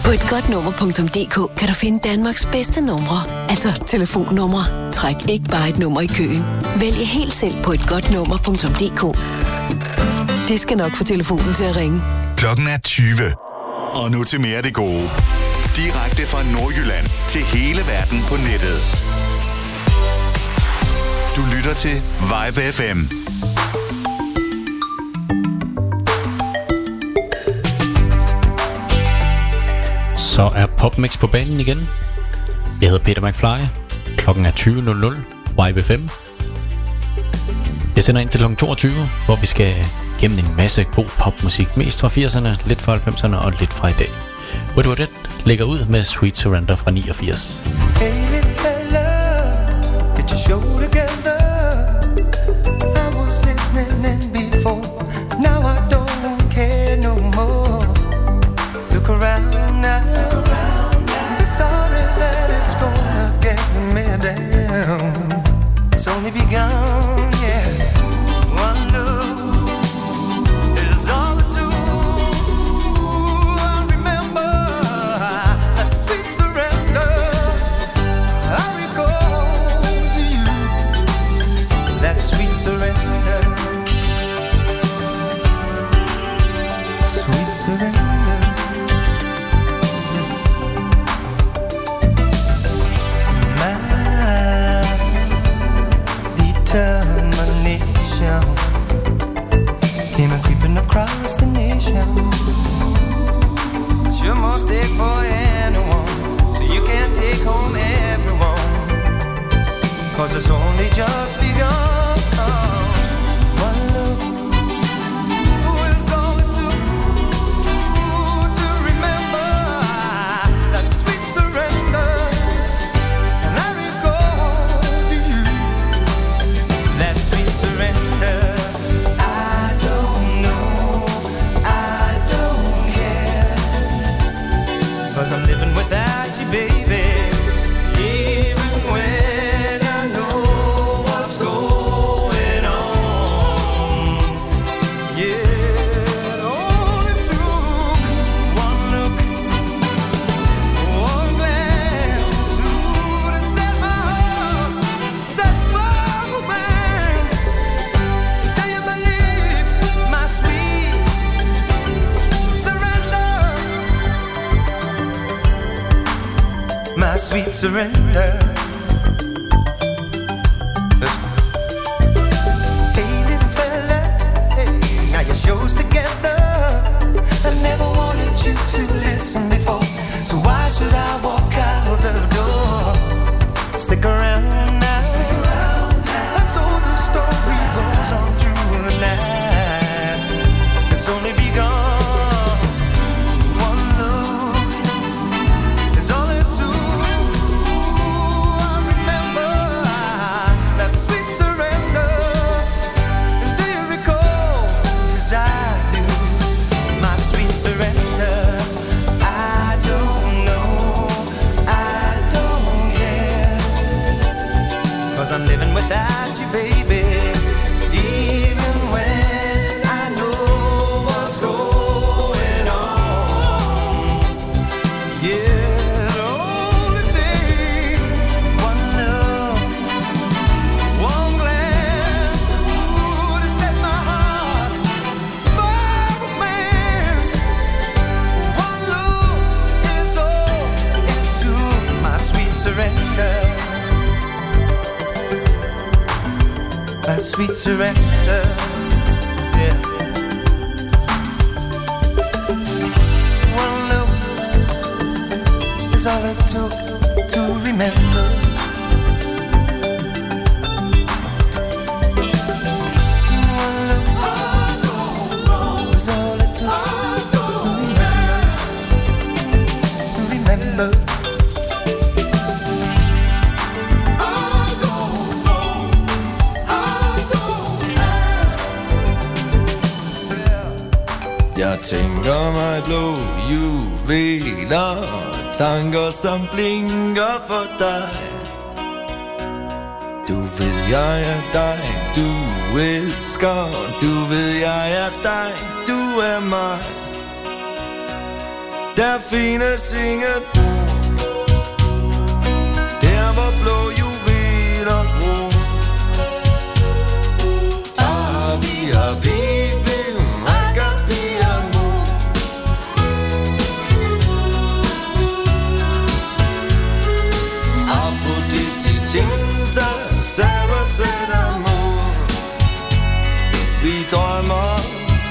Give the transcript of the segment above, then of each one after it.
På et godnummer.dk kan du finde Danmarks bedste numre, altså telefonnumre. Træk ikke bare et nummer i køen. Vælg helt selv på et godnummer.dk. Det skal nok få telefonen til at ringe. Klokken er 20. Og nu til mere af det gode. Direkte fra Nordjylland til hele verden på nettet. Du lytter til Vibe FM. Så er PopMix på banen igen. Jeg hedder Peter McFly. Klokken er 20.00. Vibe FM. Jeg sender ind til kl. 22, hvor vi skal gennem en masse god popmusik. Mest fra 80'erne, lidt fra 90'erne og lidt fra i dag. What Do It lægger ud med Sweet Surrender fra 89. Hey little fella, get your show together. I was listening in before, now I don't care no more. Look around now, it's sorry that it's gonna get me down. It's only begun, yeah. One look is all it took. I remember that sweet surrender. I recall to you that sweet surrender. Sweet surrender. Determination came a creeping across the nation. It's your mistake for anyone, so you can't take home everyone, 'cause it's only just begun. One look is all it took to remember that sweet surrender. And I recall to you that sweet surrender. I don't know, I don't care, 'cause I'm living without you, baby. Even when I know what's going on. Yeah, it only took one look, one glance, ooh, to set my heart, set my romance. Do you believe my sweet surrender? My sweet surrender. Hey little fella, hey, now your show's together. I never wanted you to listen before, so why should I walk out the door? Stick around now, and so the story goes on through the night. It's only begun. One look is all it took. I remember that sweet surrender. And do you recall? 'Cause I do. My sweet surrender. I don't know, I don't care, 'cause I'm living without you, baby. Even when I know what's going on. Yeah, it only takes one look, one glance, ooh, to set my heart, my romance. One look is all it took. My sweet surrender. My sweet surrender. Yeah. One look is all it took to remember. One look is all it took to remember. Jeg tænker mig blå juveler, tanker som blinker for dig. Du ved jeg er dig, du elsker. Du ved jeg er dig, du er mig. Der findes ingen ord, der hvor blå juveler gror. Avia Bibi, Agapi Amor. Afrodite Tinta, Sabatet Amor. Vi drømmer,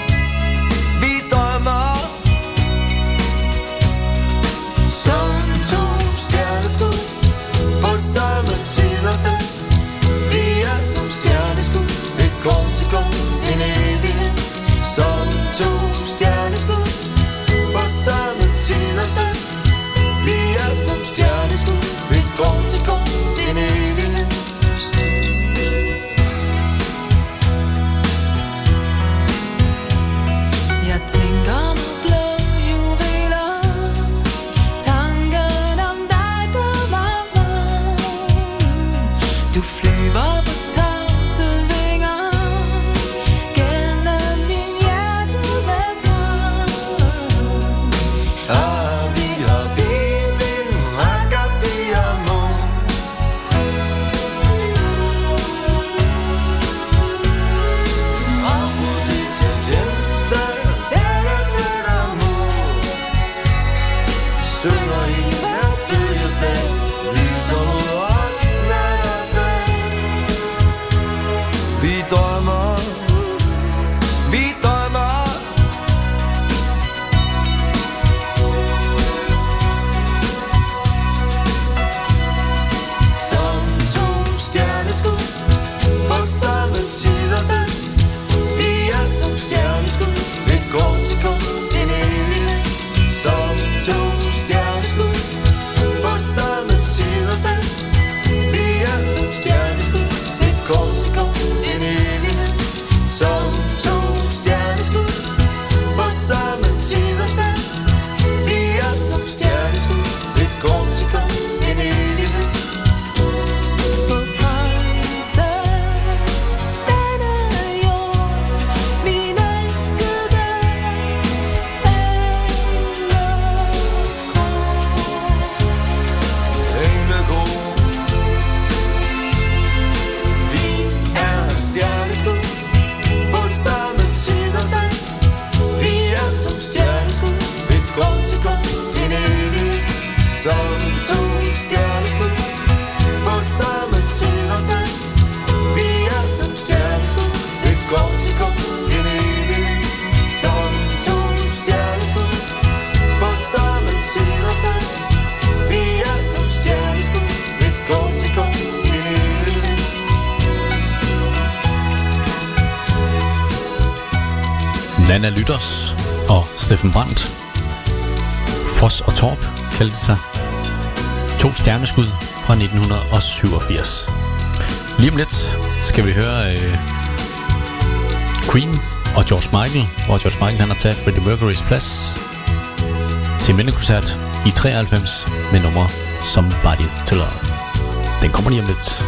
som to stjerneskud på samme tid og sted. Vi er som stjerneskud, et kort sekund, en evighed. Som to stjerneskud på samme tid og sted. Vi er som stjerneskud, et kort sekund, en evighed. Jeg tænker mig blå juveler, tanken om dig, der var varm. Du flyver på tavse vinger, gennem min hjerte med brand. Avia Bibi, Agapi Amor. Afrodite Tinta, Sabatet Amor. Synger i hvert bølgeslag, lyser mod os nat og dag. Vi drømmer, vi drømmer. Som to stjerneskud på samme tid og sted. Vi er som stjerneskud, et kort sekund, en evighed. Som to stjerneskud på samme tid og sted. Vi er som stjerneskud, et kort sekund, en evighed. Som to stjerneskud på samme tid og sted. Vi er som stjerneskud, et kort sekund, en evighed. På grænsen, denne jord, min elskede englegrå. Vi er stjerneskud på samme tid og sted. Vi er som stjerneskud, et kort sekund, en evighed. Som to stjerneskud på samme tid og sted. Vi er som stjerneskud, et kort sekund, en evighed. Som to stjerneskud på samme tid og sted. Vi er som stjerneskud, et kort sekund, en evighed. Nanna Lytters og Steffen Brandt. Foss og Torp kaldte det sig. 2 stjerneskud fra 1987. Lige om lidt skal vi høre Queen og George Michael, hvor George Michael han har taget Freddie Mercurys plads til en mindekoncert i 93 med nummer Somebody to Love. Den kommer lige om lidt.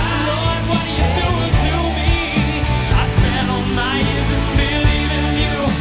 You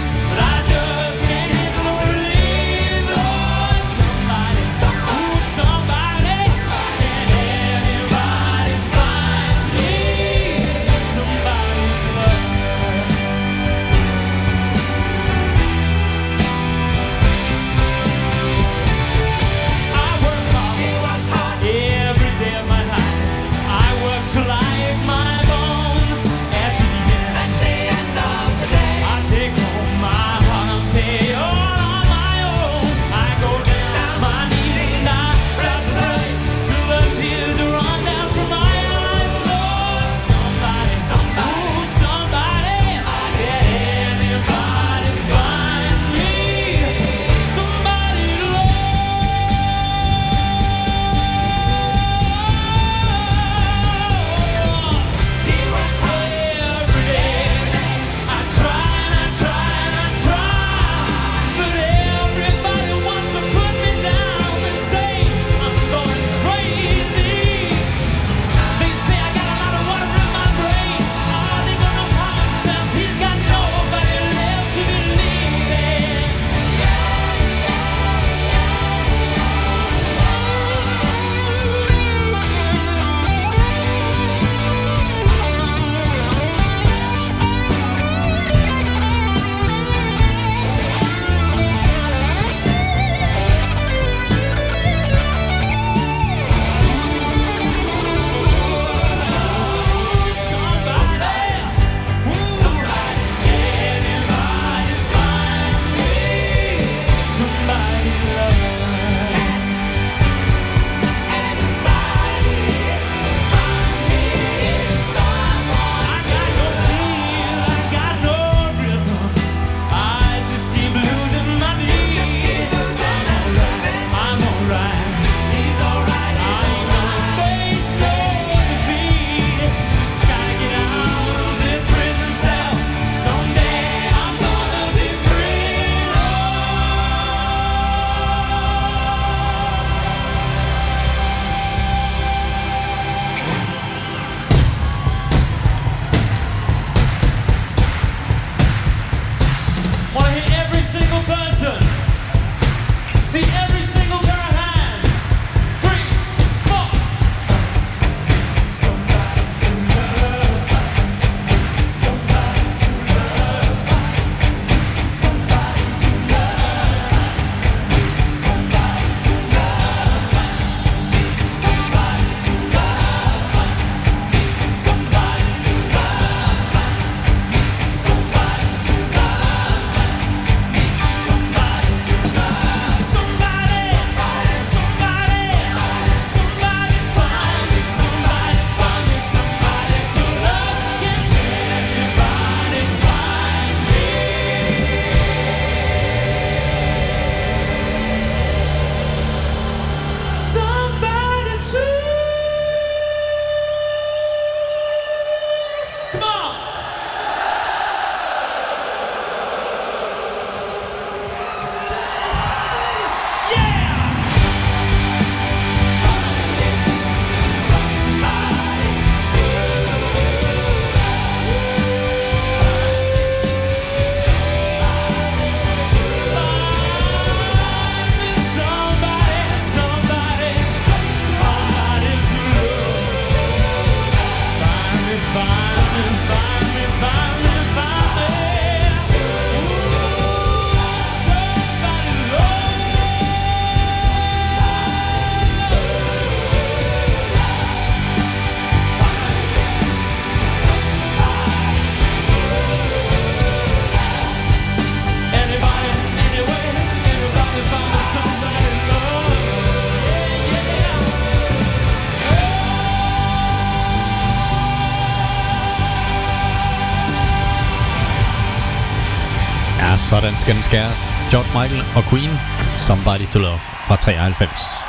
Sådan skal den skæres. George Michael og Queen, Somebody to Love fra 93.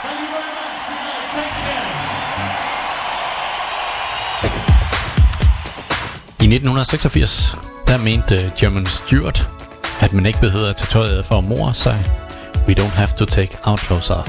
I 1986, der mente Jermaine Stewart, at man ikke behøvede at tage tøjet af for at more sig. We don't have to take our clothes off.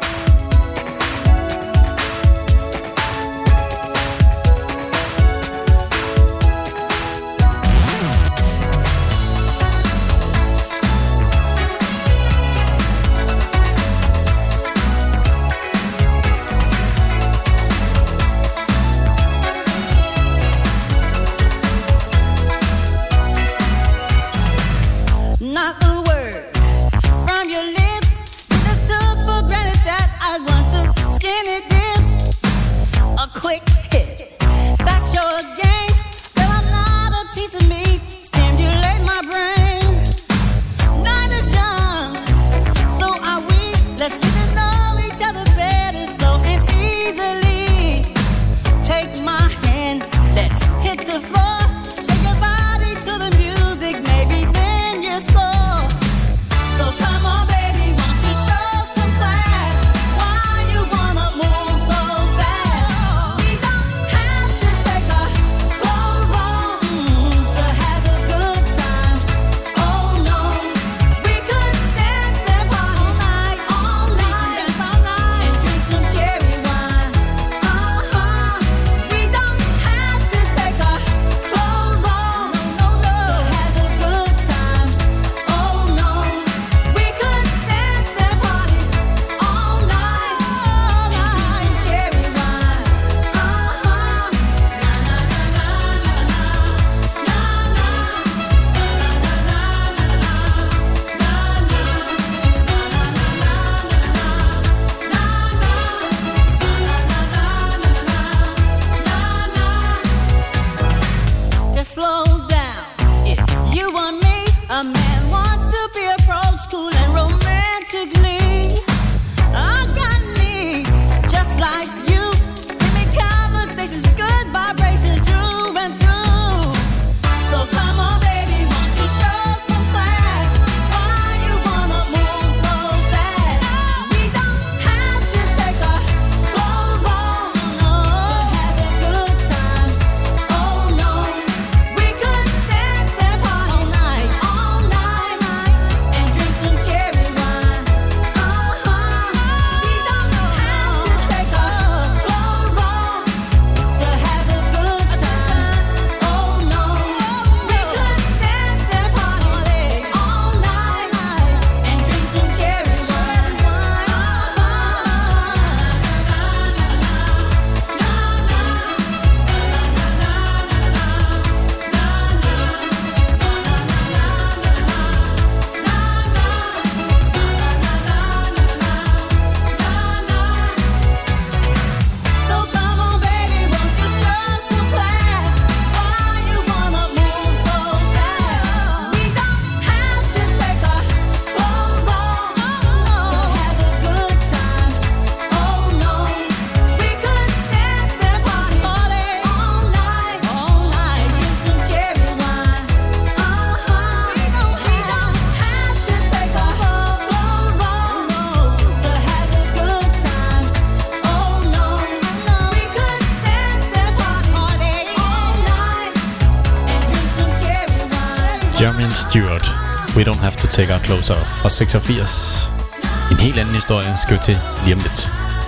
Jermaine Stewart, We Don't Have to Take Our Clothes Off fra 86. En helt anden historie skal vi til lige om lidt.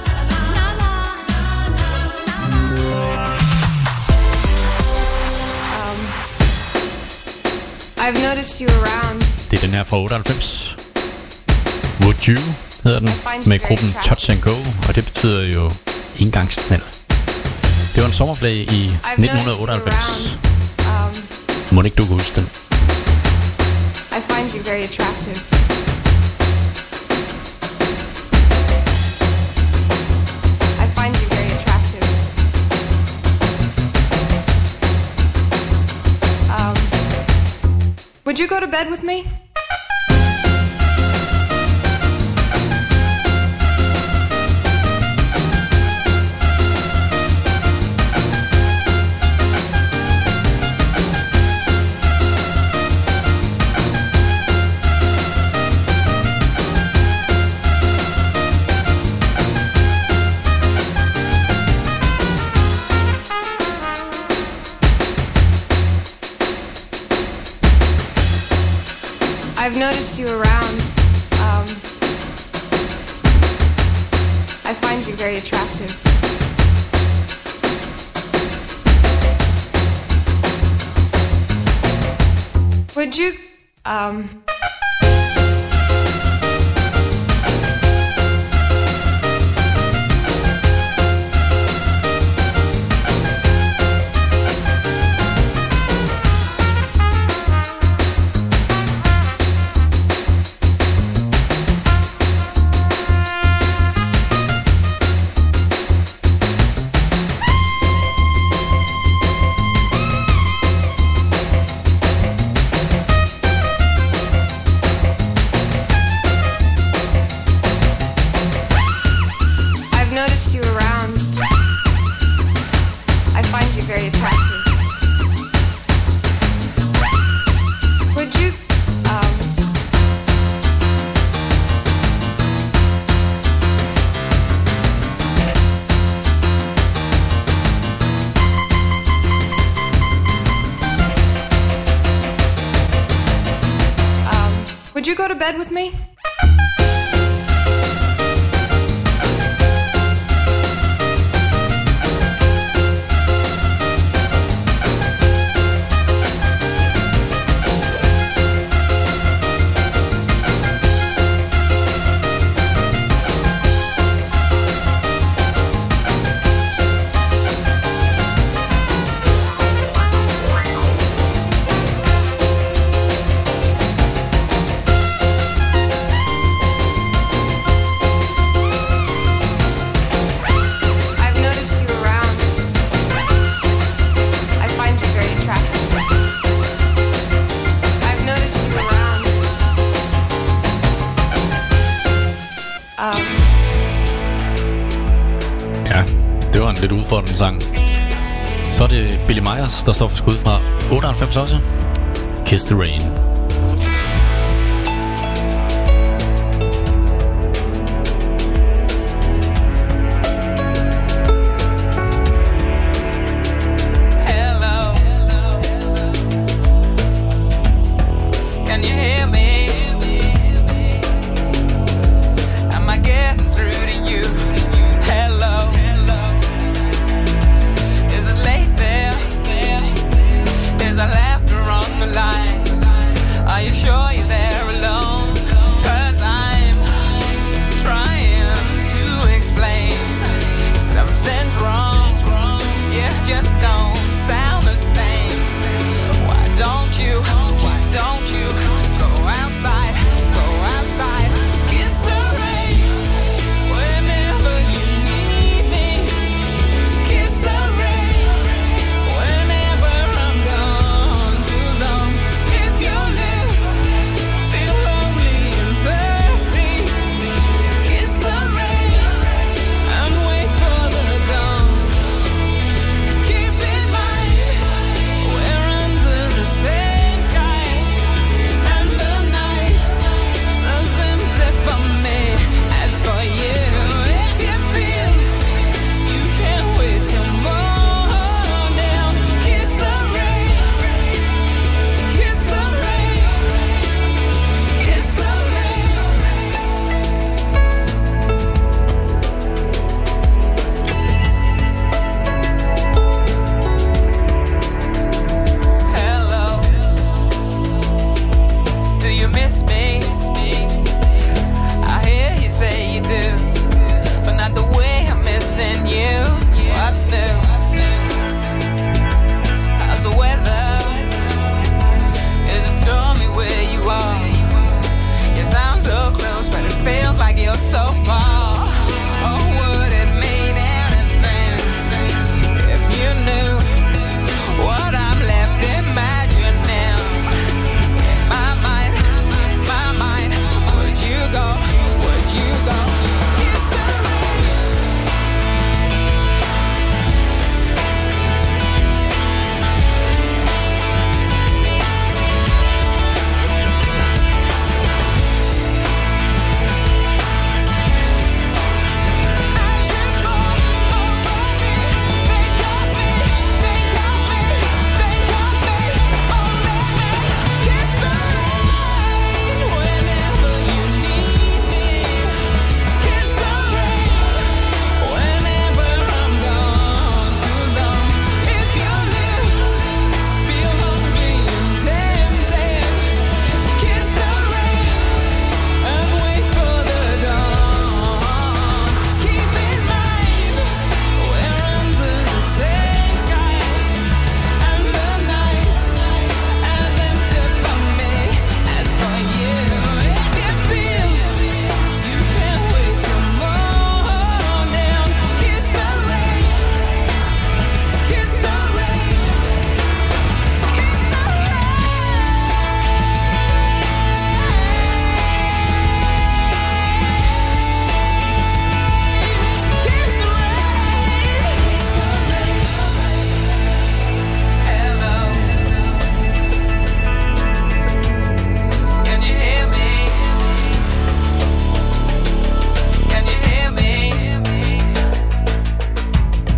I've noticed you around. Det er den her fra 98. Would You hedder den, med gruppen Touch and Go, og det betyder jo engangsknald. Det var en sommerplage i 1998. Må ikke du kan huske den? I find you very attractive. I find you very attractive. Would you go to bed with me? I've noticed you around. I find you very attractive. Would you, you around. I find you very attractive. Would you, would you go to bed with me? Ja, det var en lidt udfordrende sang. Så er det Billy Myers, der står for skud fra 98 også. Kiss the Rain. Is there laughter on the line?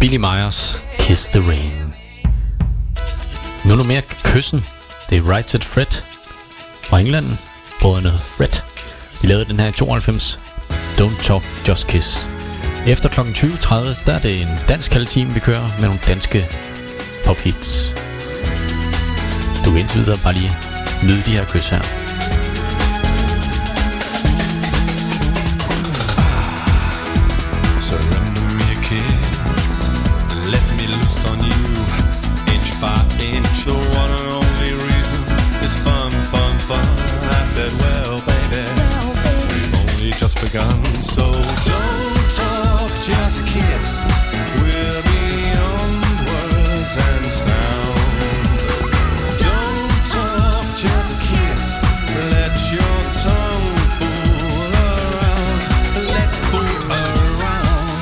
Billy Myers, Kiss the Rain. Nu noget mere kyssen. Det er Right Said Fred fra England. Brødrene Fred. De lavede den her i 92. Don't Talk, Just Kiss. Efter kl. 20.30, der er det en dansk halvtime, vi kører med nogle danske pophits. Du kan indtil videre bare lige nyde de her kys her. Surrender me a kiss, let me loose on you, inch by inch, the one and only reason it's fun, fun, fun. I said, well, baby, we've only just begun, so don't talk, just kiss. We're beyond words and sound. Don't talk, just kiss. Let your tongue fool around. Let's fool around.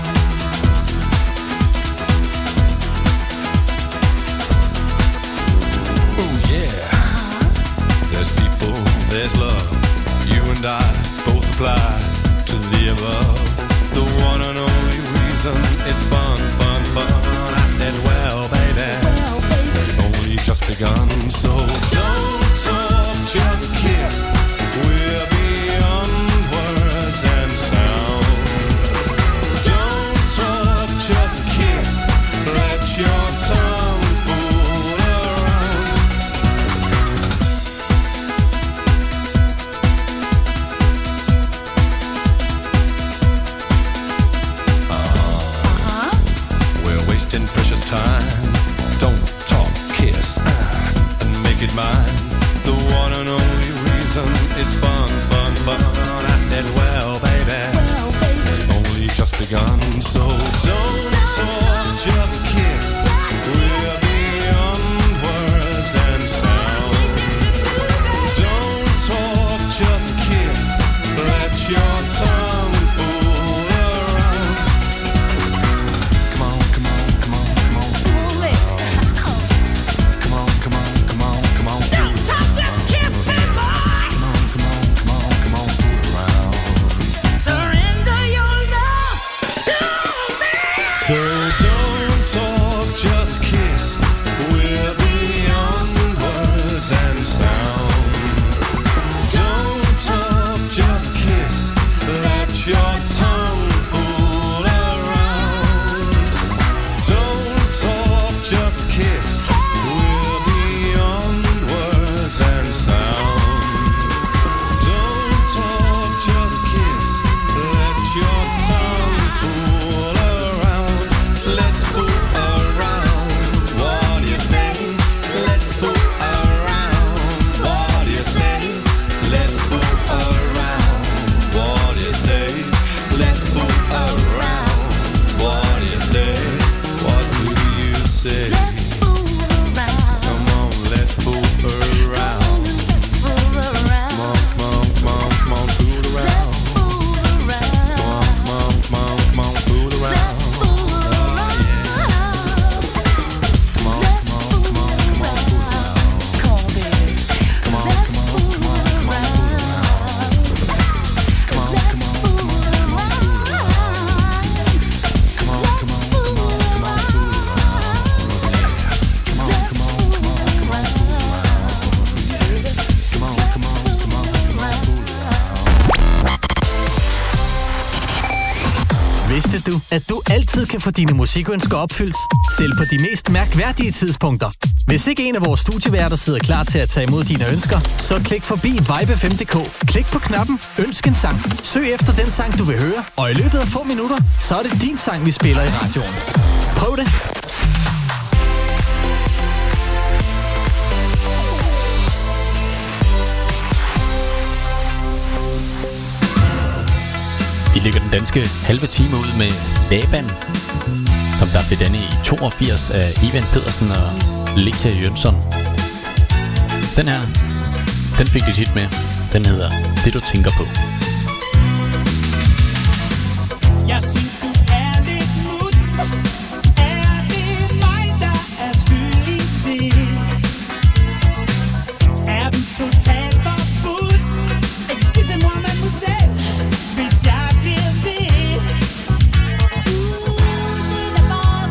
Oh yeah. There's people, there's love. You and I both apply to the above. The one and only reason it's fun, fun, fun. I said, well, baby, we've only just begun. So don't talk, just kiss. We're beyond words and sound. Don't talk, just kiss. Let your tongue fool around. We're wasting precious time. Don't talk, kiss, and make it mine. The one and only reason it's fun, fun, fun. I said, well, baby, we've only just begun. So don't talk, just kiss. We're beyond words and sound. Don't talk, just kiss. Let your tongue fool around. Come on, come on, come on, come on, fool around. Come on, come on, come on, come on, fool around. Come on, come on, come on, come on, fool around. Surrender your love to me. So don't talk, just kiss. We're beyond words and sound. Don't talk, just kiss. Let your tongue fool around. Don't talk, just kiss. We're beyond words and sound. Don't talk, just kiss. Let your tongue fool around. Let's fool around. What do you say? Let's fool around. What do you say? Let's fool around. What do you say? Let's fool around. What do you say? What do you say? Let's fool around. Come on, let's fool around. Let's fool around. Come on, come on, come on, come on, fool around. Let's fool around. Come on, come on, come on, come on, fool around. Let's fool around. Come on, Let's come on, fool come on, come on, fool around. around. Come on, baby. Come on, Let's come on, fool come on, come on, fool around. Come on, Let's come on, fool come on, come on, fool around. Come on, come on, come on, come on, fool around. Come on, come on, come on, come on, fool around. Come on, come on, come on, come on, fool around. Vidste du, at du altid kan få dine musikønsker opfyldt, selv på de mest mærkværdige tidspunkter? Hvis ikke en af vores studieværter sidder klar til at tage imod dine ønsker, så klik forbi vibe5.dk. Klik på knappen Ønsk en sang. Søg efter den sang, du vil høre, og i løbet af få minutter, så er det din sang, vi spiller i radioen. Prøv det! Vi lægger den danske halve time ud med Laban, som der blev dannet i 82 af Ivan Pedersen og Lisa Jønsson. Den her, den fik de hit med. Den hedder Det du tænker på. Jeg synes du er lidt mut. Er det mig der er skyld i det? Er vi totalt forbudt? Excusez-moi mademoiselle, hvis jeg bliver ved. Det er bare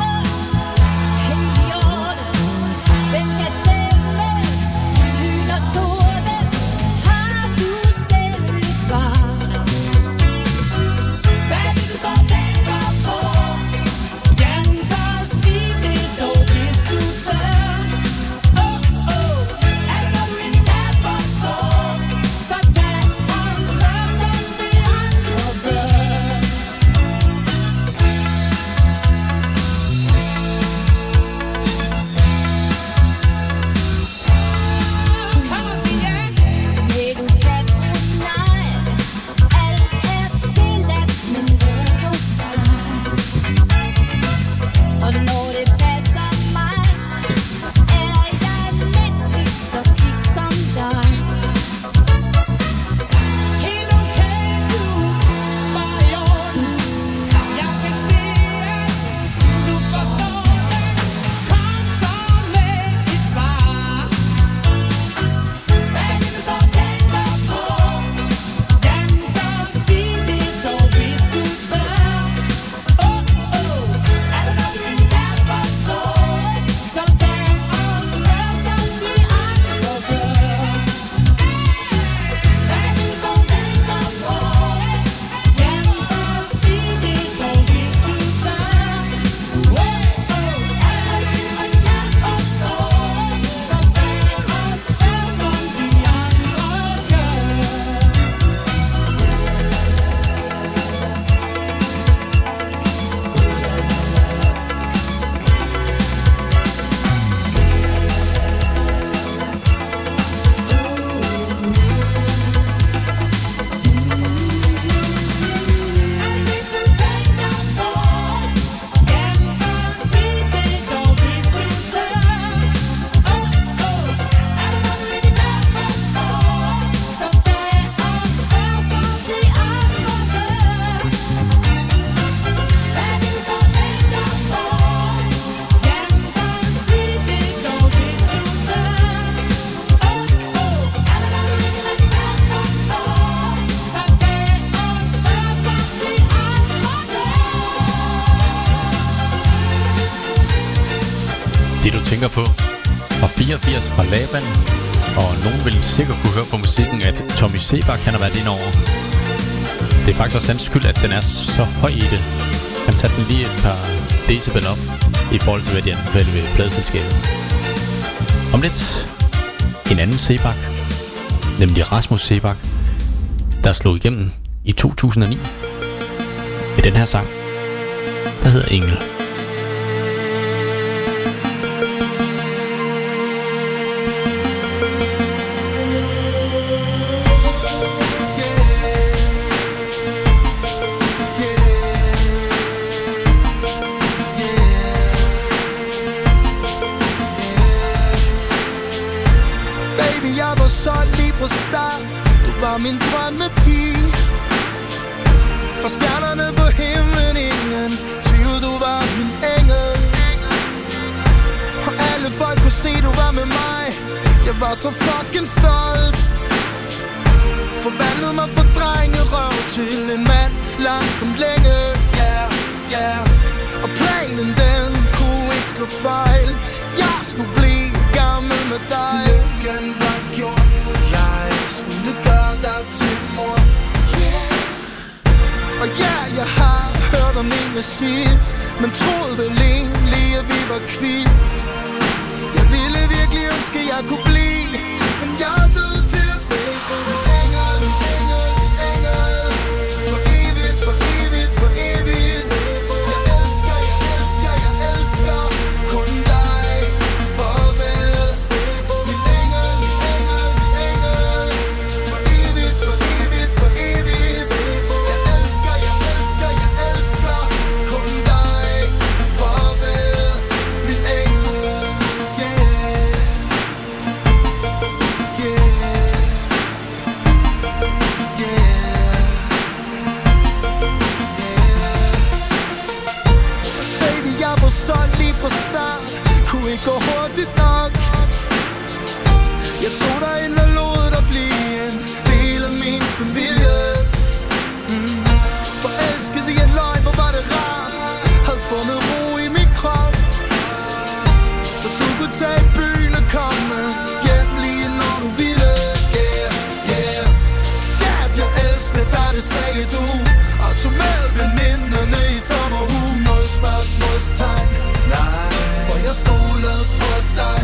tænker på. Fra 84 fra Laban. Og nogen vil sikkert kunne høre på musikken, at Tommy Sebak han har været indover. Det er faktisk også hans skyld, at den er så høj i det. Han satte den lige et par decibel op i forhold til, hvad de anbefalede ved pladeselskabet. Om lidt en anden Sebak, nemlig Rasmus Sebak, der slog igennem i 2009 med den her sang, der hedder Engel. Min drømmepige. Fra stjernerne på himlen, ingen tvivl, du var min engel. Og alle folk kunne se, du var med mig. Jeg var så fucking stolt. Forvandlede mig fra drengerøv til en mand langt om længe. Yeah, yeah. Og planen den kunne ikke slå fejl. Jeg skulle blive gammel med dig. Lykken var gjort. Jeg skulle gøre dig til mor. Yeah. Og ja, jeg har hørt om en med sidst, men troede vel egentlig, at vi var kvind. Jeg ville virkelig ønske, at jeg kunne blive, men jeg er nødt til at se på det. Engel, engel, engel. For evigt, for evigt, for evigt. Jeg elsker, jeg elsker, jeg elsker kun dig. Farvel. Min engel, min engel, min engel. For evigt, for evigt, for evigt. Jeg elsker, jeg elsker, jeg elsker kun dig. Farvel. Min engel. Baby, jeg var så lige fra start. Kunne ikke gå hurtigt nok. Jeg tog dig ind og lod dig blive en del af min familie. Forelsket i en løgn, hvor var det rart. Havde fundet ro i min krop, så du kunne tage i byen og komme hjem lige når du ville. Yeah, yeah. Skat, jeg elsker dig, det sagde du. Og tog med veninderne i sommerhus. Nul spørgsmålstegn, nej, for jeg stolede på dig.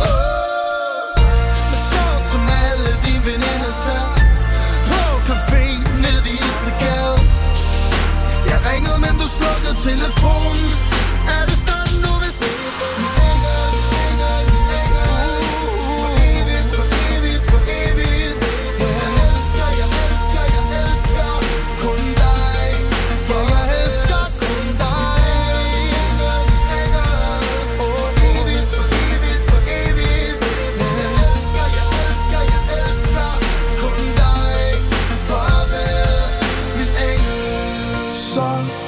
Men sjovt som alle dine veninder sad på café nede i Istegade. Jeg ringede, men du slukkede telefonen. Er det sådan, du vil se på min engel, engel, engel? For evigt, for evigt, for evigt. Jeg elsker, jeg elsker, jeg elsker kun dig. For jeg elsker kun dig. Engel, engel. For evigt, for evigt, for evigt. Jeg elsker, jeg elsker, jeg elsker kun dig. Farvel, min engel. Så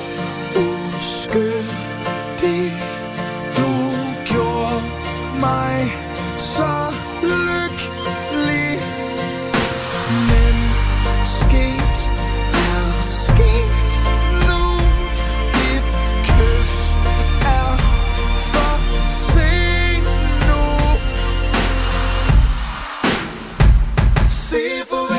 uskyldig, du gjorde mig så lykkelig. Men sket er sket nu. Dit kys er for sent nu. Se farvel.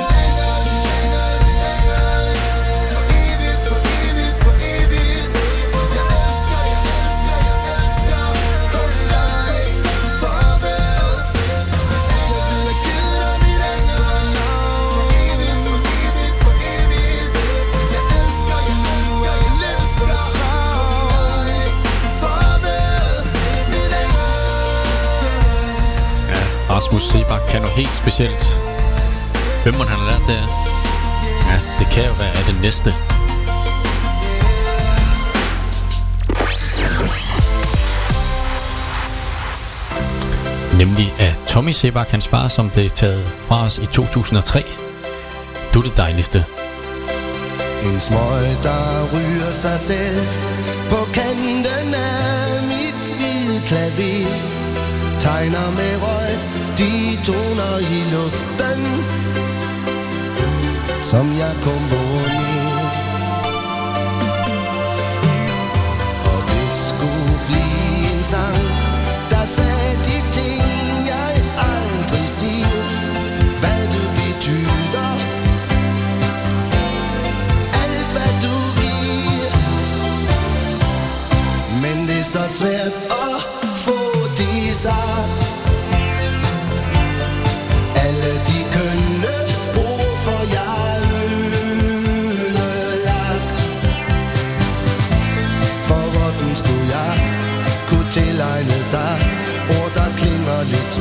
Rasmus Sebak kan noget helt specielt. Hvem må han have lært det af? Ja, det kan jo være af det næste. Nemlig af Tommy Sebak, hans far, som blev taget fra os i 2003. Du er det dejligste. En smøg, der ryger sig selv på kanten af mit hvide klaver. Tegner med røg, de toner i luften, som jeg komponerer. Og det skulle blive en sang, der sagde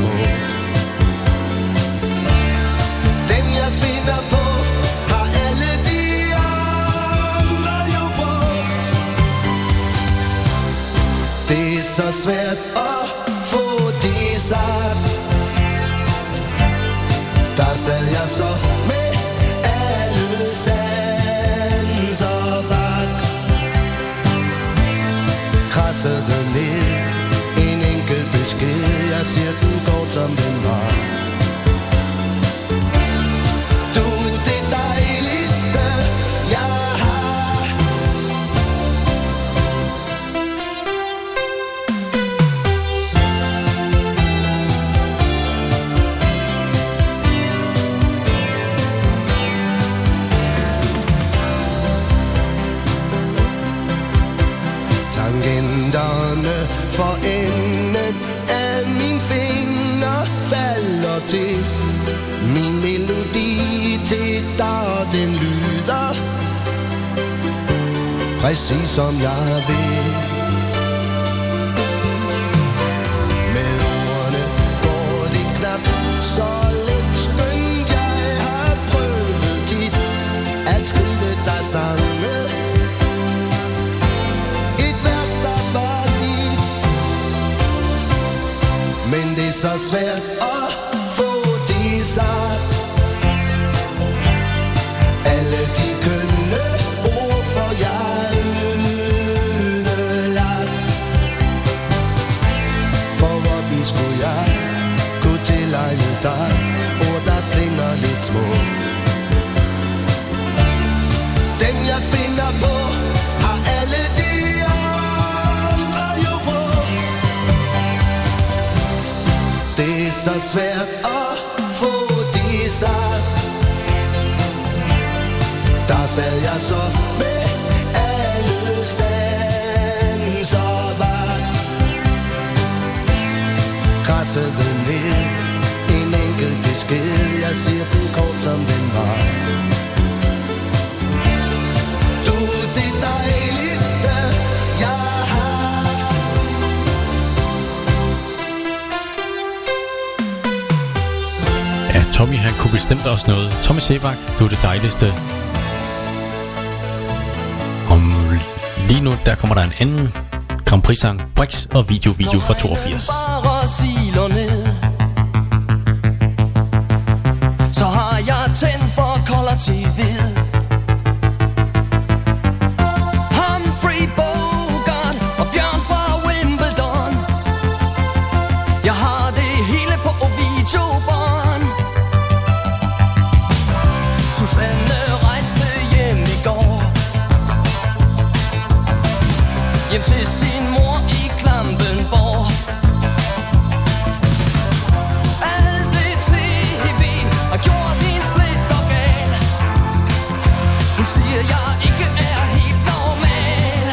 små. Dem jeg finder på, har alle de andre jo brugt. Det er så svært at få det sagt. Der sad jeg så med alle sanser vagt. Krassede ned en enkelt besked. Jeg siger den går som den var. Du er det dejligste jeg har. Tangenterne for enden af min finger falder til. Min melodi til dig, den lyder præcis som jeg vil. Med ordene går det knap så let, skønt jeg har prøvet tit at skrive dig sange. Men det er så svært at få det sagt. Alle de kønne ord for jeg ødelagt. For hvordan skulle jeg kunne tilegne dig ord der klinger lidt små. Dem jeg finder på, har alle de andre jo brugt. Det er så svært at få det sagt. Der sad jeg så med alle sanser vagt. Krassede ned en enkelt besked. Jeg siger den kort som den var. Du er det dejligste jeg har. Ja, Tommy han kunne bestemt også noget. Tommy Sebak, du er det dejligste. Om lige nu, der kommer der en anden Grand Prix-sang, Brix og video fra 82. Bare siler ned, så har jeg tændt for kolder TV. Humphrey Bogart og Bjørn fra Wimbledon. Jeg har det hele på videobånd. Susanne rejste hjem i går, hjem til sin mor i Klampenborg. Alt det TV har gjort hendes blik og gal. Hun siger jeg ikke er helt normal.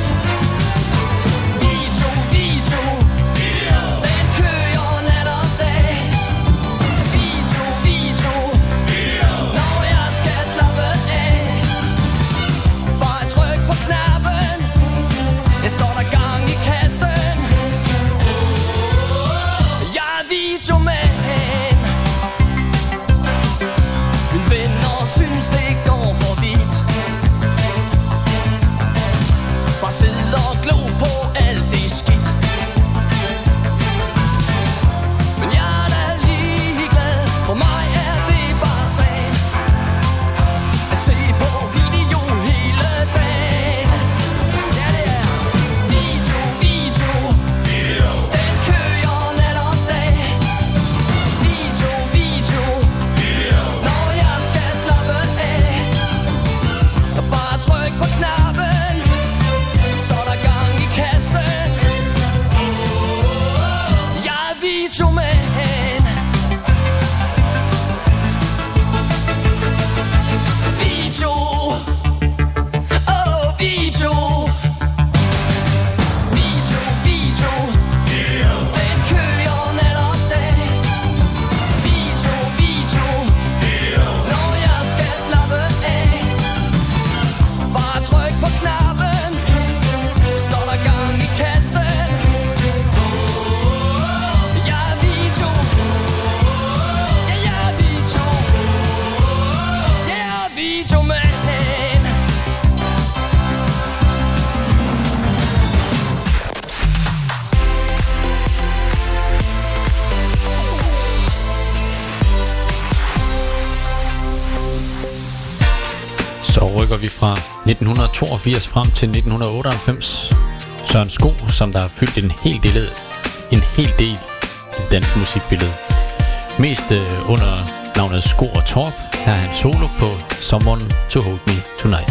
Video, den kører nat og dag. Video, når jeg skal slappe af. Bare tryk på knappen, så er der gang i kassen. Jeg er videomand. Mine venner synes det går for vidt. Bare sidde og glo på alt det skidt. Men jeg er da ligeglad, for mig er det bare sagen at se på video hele dagen. Ja, det er video, den kører nat og dag. Video, når jeg skal slappe af. rykker vi fra 1982 frem til 1998. Søren Sko, som der har fyldt en hel del i det danske musikbillede. Mest under navnet Sko og Torp. Her er han solo på Someone to Hold Me Tonight.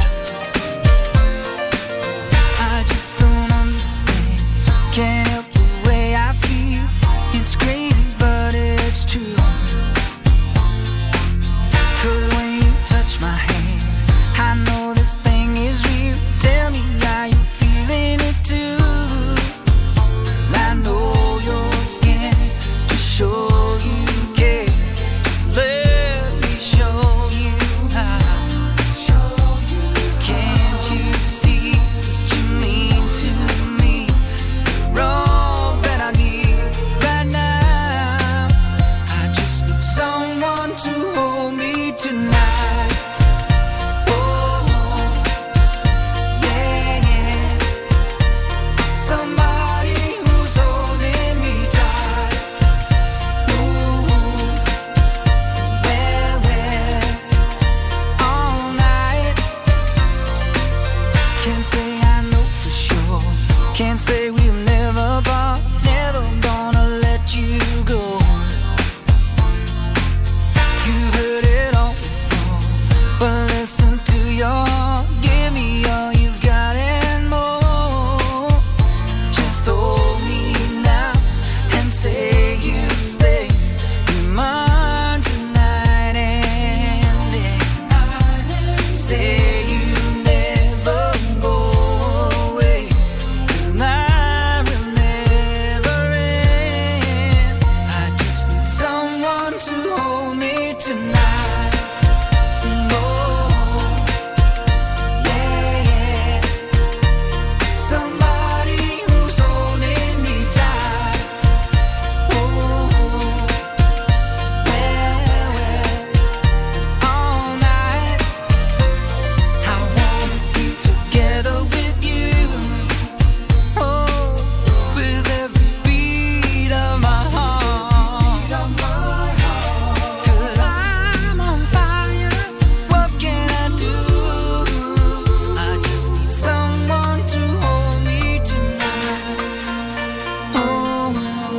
I just don't understand. Can't help the way I feel. It's crazy, but it's true. 'Cause when you touch my hand, I know this thing is real. Tell me how you feeling it too. I know you're scared to show you care. Just let me show you how. Can't you see what you mean to me? Wrong that I need right now. I just need someone to hold me tonight. Oh, yeah, yeah. Somebody who's holding me tight. Ooh, well, all night. Can't say I know for sure. Can't say we'll never part. Never gonna let you go. You heard it all before, but listen to your heart. Give me all you've got and more. Just hold me now and say you'll stay. Be mine tonight and day. Say you never go away. 'Cause night will never end. I just need someone to hold me tonight. Oh, yeah, yeah. Somebody who's holding me tight. Oh, all night. I wanna be together with you. Oh, with every beat of my heart. 'Cause I'm on fire. What can I do? I just need someone to hold me tonight. Oh,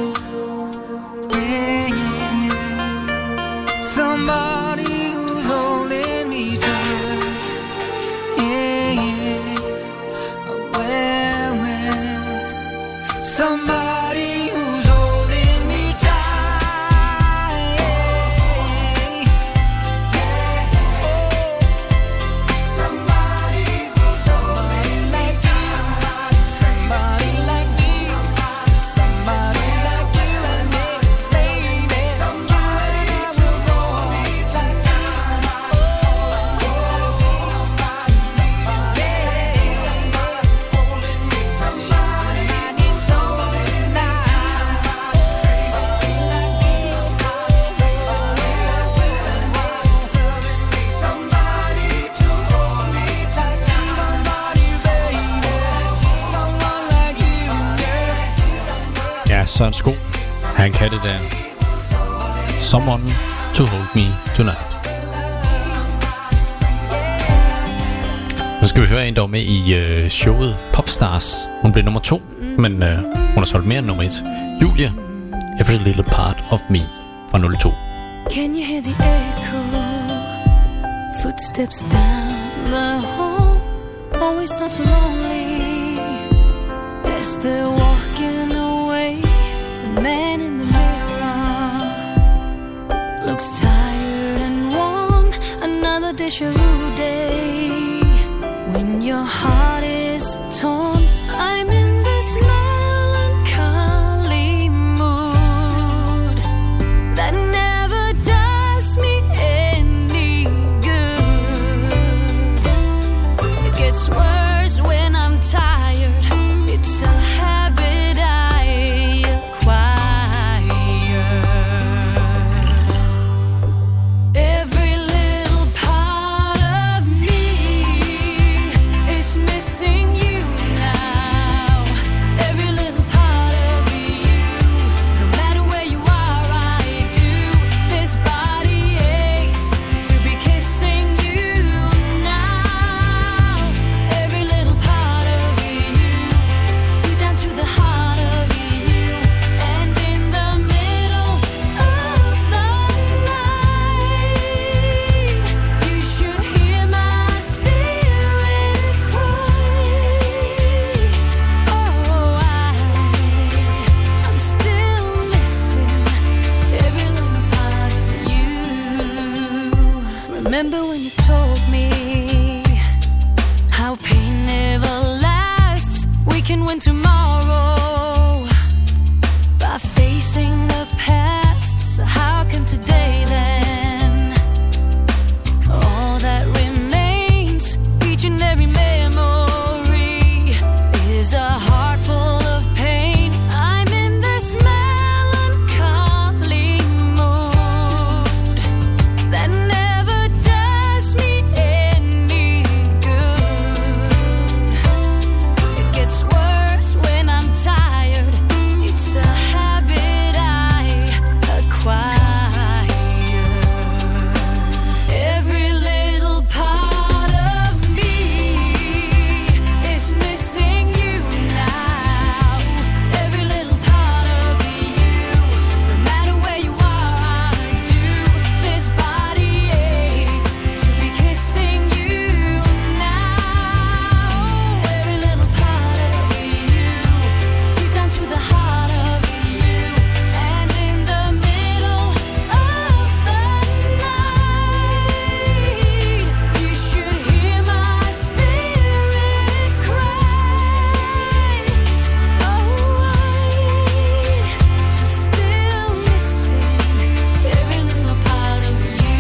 yeah, yeah. Somebody who's holding me tight. Yeah, yeah. Well, somebody who's holding me tight. Somebody who's holding me tight. Somebody like me. Somebody like you and me, baby. Somebody to hold me tonight. Ja, Søren Sko. Han kan det der. Someone to Hold Me Tonight. Nu skal vi høre en, der var med i showet Popstars. Hun blev nummer 2, men hun har solgt mere end nummer 1. Julia, Every Little Part of Me fra 02. Can you hear the echo? Footsteps down the hall. Always such lonely as they're walking away. The man in the mirror looks tired and worn. Another déjà vu day. When your heart is torn, I'm in this melancholy mood that never does me any good. It gets worse when I'm tired. It's a habit I acquired. Every little part of me is missing. Remember when you told me how pain never lasts? We can win tomorrow by facing the past. So how come today then? All that remains, each and every memory, is a heart full of pain. I'm in this melancholy mood that never does me any good. It gets worse when I'm tired. It's a habit I acquired. Every little part of me is missing you now. Every little part of you, no matter where you are, I do. This body aches to be kissing you now. Every little part of you, deep down to the heart of you. And in the middle of the night, you should hear my spirit cry. Oh, I'm still missing every little part of you.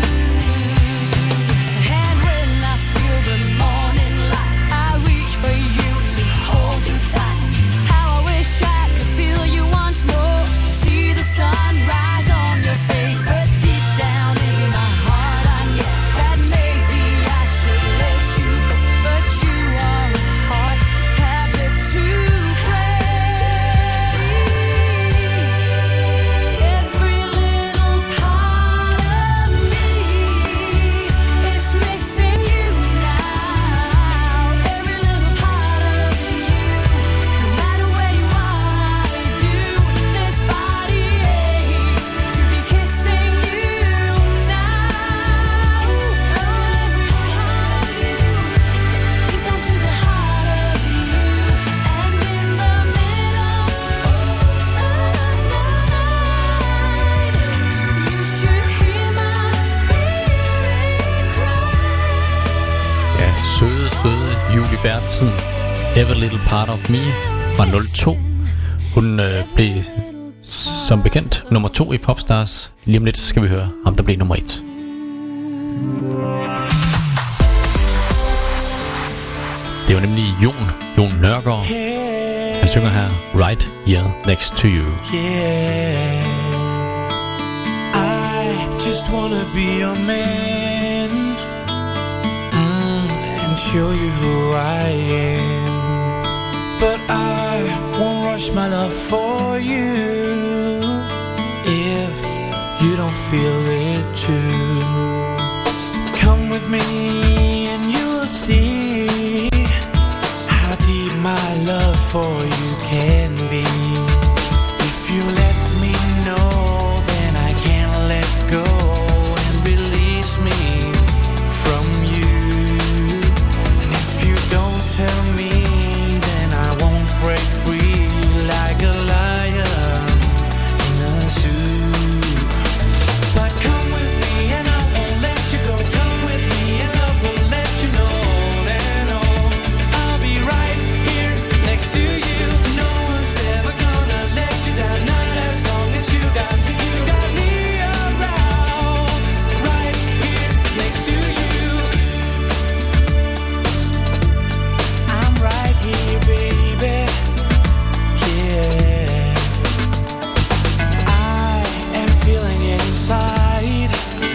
And when I feel the morning light, I reach for you to hold you tight. How I wish I could feel you once more, see the sun rise on your face. But deep down in my heart, I know that maybe I should let you go. But you are a hard habit to break. Every little part of me is missing you now. Every little part of you, no matter where you are, I do. This body aches to be kissing you now. Every part of you, deep down to the heart of you. And in the middle of the night, you should hear my spirit cry. Ja, søde Julie Bertelsen. Every Little Part of Me fra 02. Hun blev som bekendt nummer 2 i Popstars. Lige om lidt så skal vi høre ham, der blev nummer 1. Det var nemlig Jon Nørgaard. Han synger her Right Here Next to You. Yeah, I just wanna be your man, and show you who I am. But I won't rush my love for you if you don't feel it too. Come with me and you'll see how deep my love for you can be. If you let me know, then I can let go and release me from you. And if you don't tell me, then I won't break free like a lion in a zoo. But come with me and I won't let you go. Come with me and I will let you know that I'll be right here next to you. No one's ever gonna let you down, not as long as you got me. You got me around, right here next to you. I'm right here, baby. Yeah, I am feeling it inside.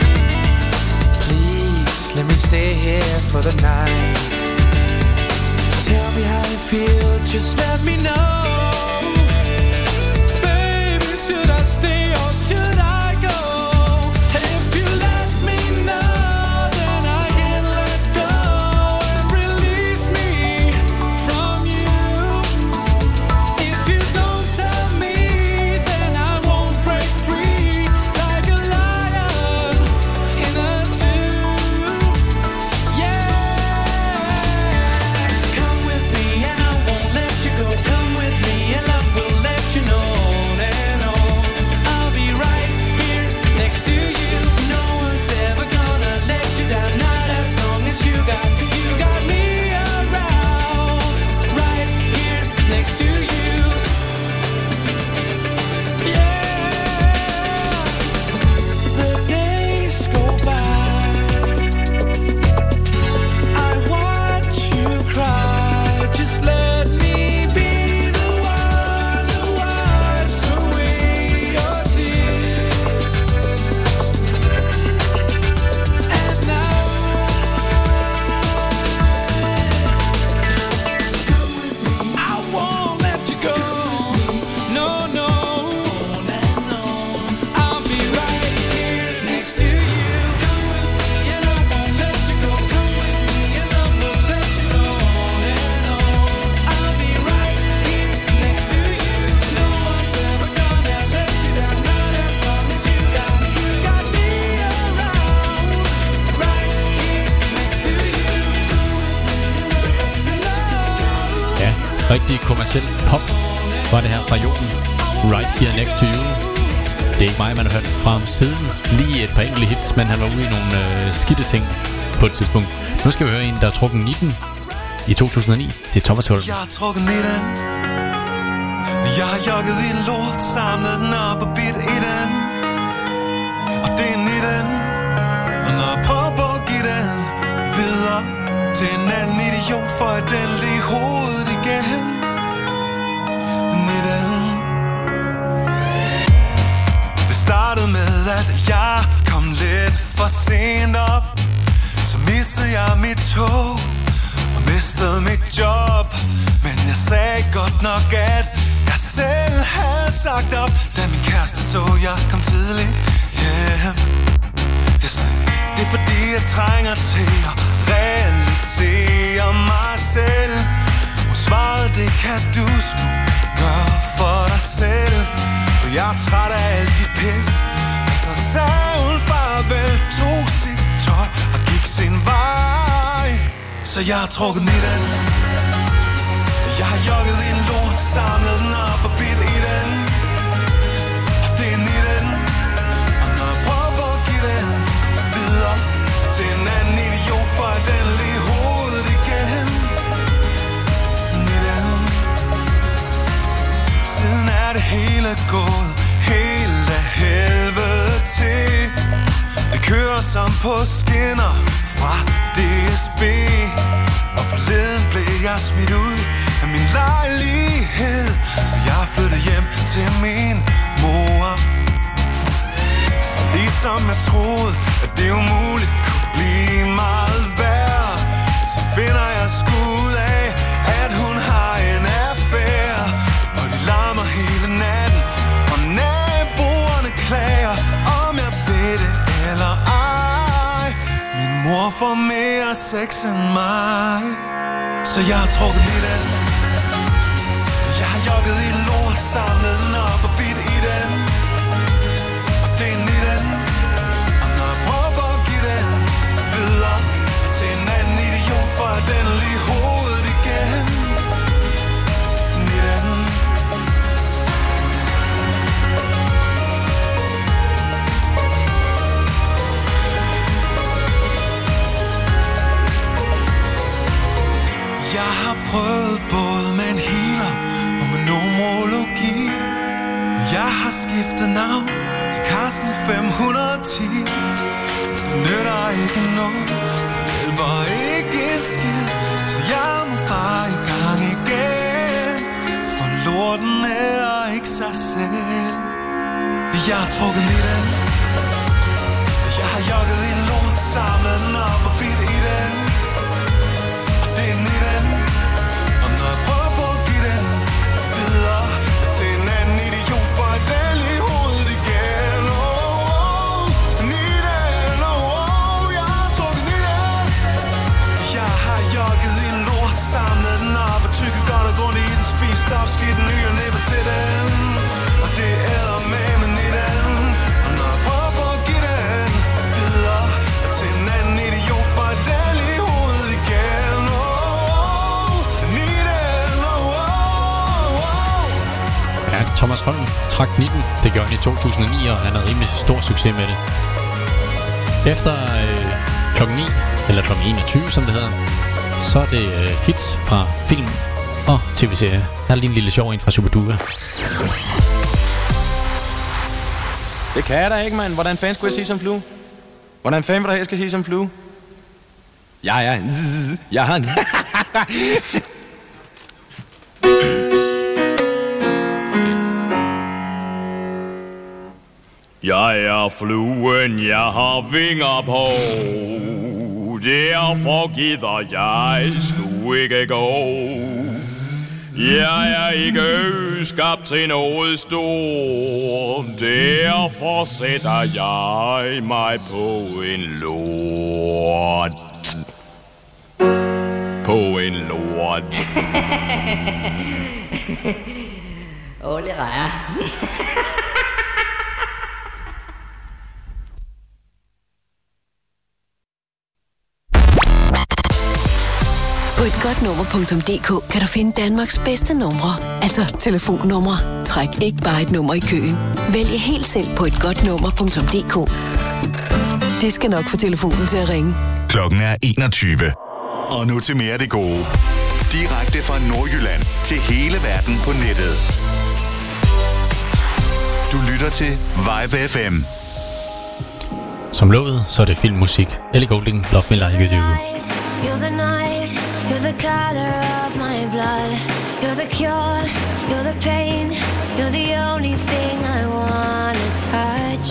Please let me stay here for the night. Tell me how you feel, just let me know. Baby, should I stay or should I go? And if you let me know, then I can let go and release me from you. If you don't tell me, then I won't break free like a lion in a zoo. Yeah, come with me and I won't let you go. Come with me and I will let you know that I'll Rigtig kommerciel pop var det her fra Jorden. Right Here Next To You. Det er ikke mig, man har hørt fra ham siden. Lige et par enkelte hits, men han var ude i nogle skidte ting på et tidspunkt. Nu skal vi høre en, der har trukket 19 i 2009. Det er Thomas Holm. Jeg har trukket 19. Jeg har jogget i en lort, samlet den op og bidt i den. Og det er 19. Og når jeg prøver på at give den videre til en anden idiot, får jeg den lige i hovedet igen. 19. Det startede med, at jeg kom lidt for sent op. Så missede jeg mit tog og mistede mit job. Men jeg sagde godt nok, at jeg selv havde sagt op, da min kæreste så, jeg kom tidligt hjem. Jeg sagde, det er fordi jeg trænger til at realisere mig selv. Hun svarede, det kan du sgu gøre for dig selv. For jeg er træt af alt dit pis. Og så sagde hun farvel, tog sit tøj og gik sin vej. Så jeg har trukket 19. Jeg har jogget i en lort, samlet den op og bidt i den. Og det er 19. Og når jeg prøver på at give den videre til en anden idiot, får jeg den lige i hovedet igen. 19. Siden er det hele gået helt af helvede til. Det kører som på skinner fra DSB. Og forleden blev jeg smidt ud af min lejlighed, så jeg flyttede hjem til min mor. Og ligesom jeg troede, at det umuligt kunne blive meget værre, så finder jeg sgu ud af, at hun har en affære. Og de larmer hele natten, og naboerne klager, om jeg ved det eller ej. Min mor får mere sex end mig, så jeg har trukket 19. Jeg har jogget i lort, samlet den op og bidt i den. Og det er 19. Og når jeg prøver på at give den videre til en anden idiot, får jeg den lige i hovedet igen. 19. Jeg har prøvet både med en healer og med numerologi. Og jeg har skiftet navn til Carsten 510. Det nytter ikke noget, det hjælper ikke et skid, så jeg må bare i gang igen. For lorten er ikke sig selv. Jeg har trukket 19. Jeg har jogget i en lort, samlet den op og bidt i den. Og det er 19. Og når jeg prøver på at give den videre til en anden idiot, får jeg den lige i hovedet igen. Oh, 19, jeg har trukket 19. Jeg har jogget i en lort, samlet den op og tykket godt og grundigt i den, spist op, skidt ny og næppe til den. Og det er med 19. Og når jeg prøver på at give den videre til en anden idiot, får jeg den lige i hovedet igen. Ja, Thomas Holm trak 19. Det gjorde han i 2009, og han havde rimelig stor succes med det. Efter klokken 9, eller klokken 21, som det hedder, så er det hits fra film og tv-serier. Der er lige en lille sjov en fra Superduga. Det kan jeg da ikke, mand. Hvordan fanden skulle jeg sige som flue? Hvordan fanden vil der her skal sige som flue? Ja. Jeg har en... Jeg er fluen, jeg har vinger på. Derfor gider jeg sgu ikke gå. Jeg er ikke skabt til noget stort. Derfor sætter jeg mig på en lort. På en lort. Ole Rejer. På På et godnummer.dk kan du finde Danmarks bedste numre. Altså telefonnumre. Træk ikke bare et nummer i køen. Vælg helt selv på et godnummer.dk. Det skal nok få telefonen til at ringe. Klokken er 21. Og nu til mere af det gode. Direkte fra Nordjylland til hele verden på nettet. Du lytter til Vibe FM. Som lovet, så er det filmmusik. Ellie Goulding, Love Me Like You Do. You're the night, you're the color of my blood. You're the cure, you're the pain. You're the only thing I wanna touch.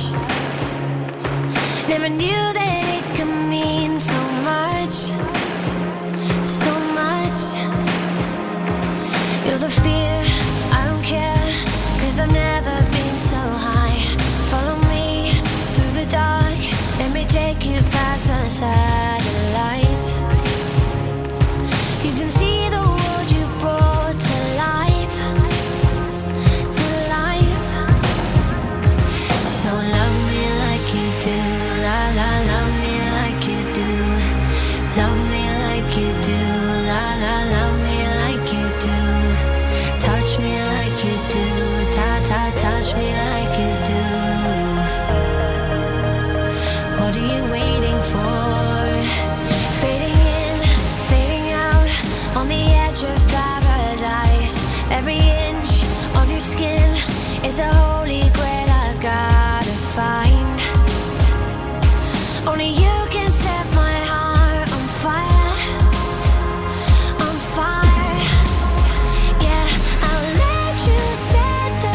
Never knew that it could mean so much. So much. You're the fear, I don't care. 'Cause I've never been so high. Follow me through the dark. Let me take you past the satellites. You can see the world you brought to life. To life. So love me like you do. La la, love me like you do. Love me like you do. La la, love me like you do. Touch me like you do. Touch me like you do. What are you waiting for? Fading in, fading out, on the edge of paradise. Every inch of your skin is a holy grail I've gotta find. Only you can set my heart on fire. On fire. Yeah, I'll let you set the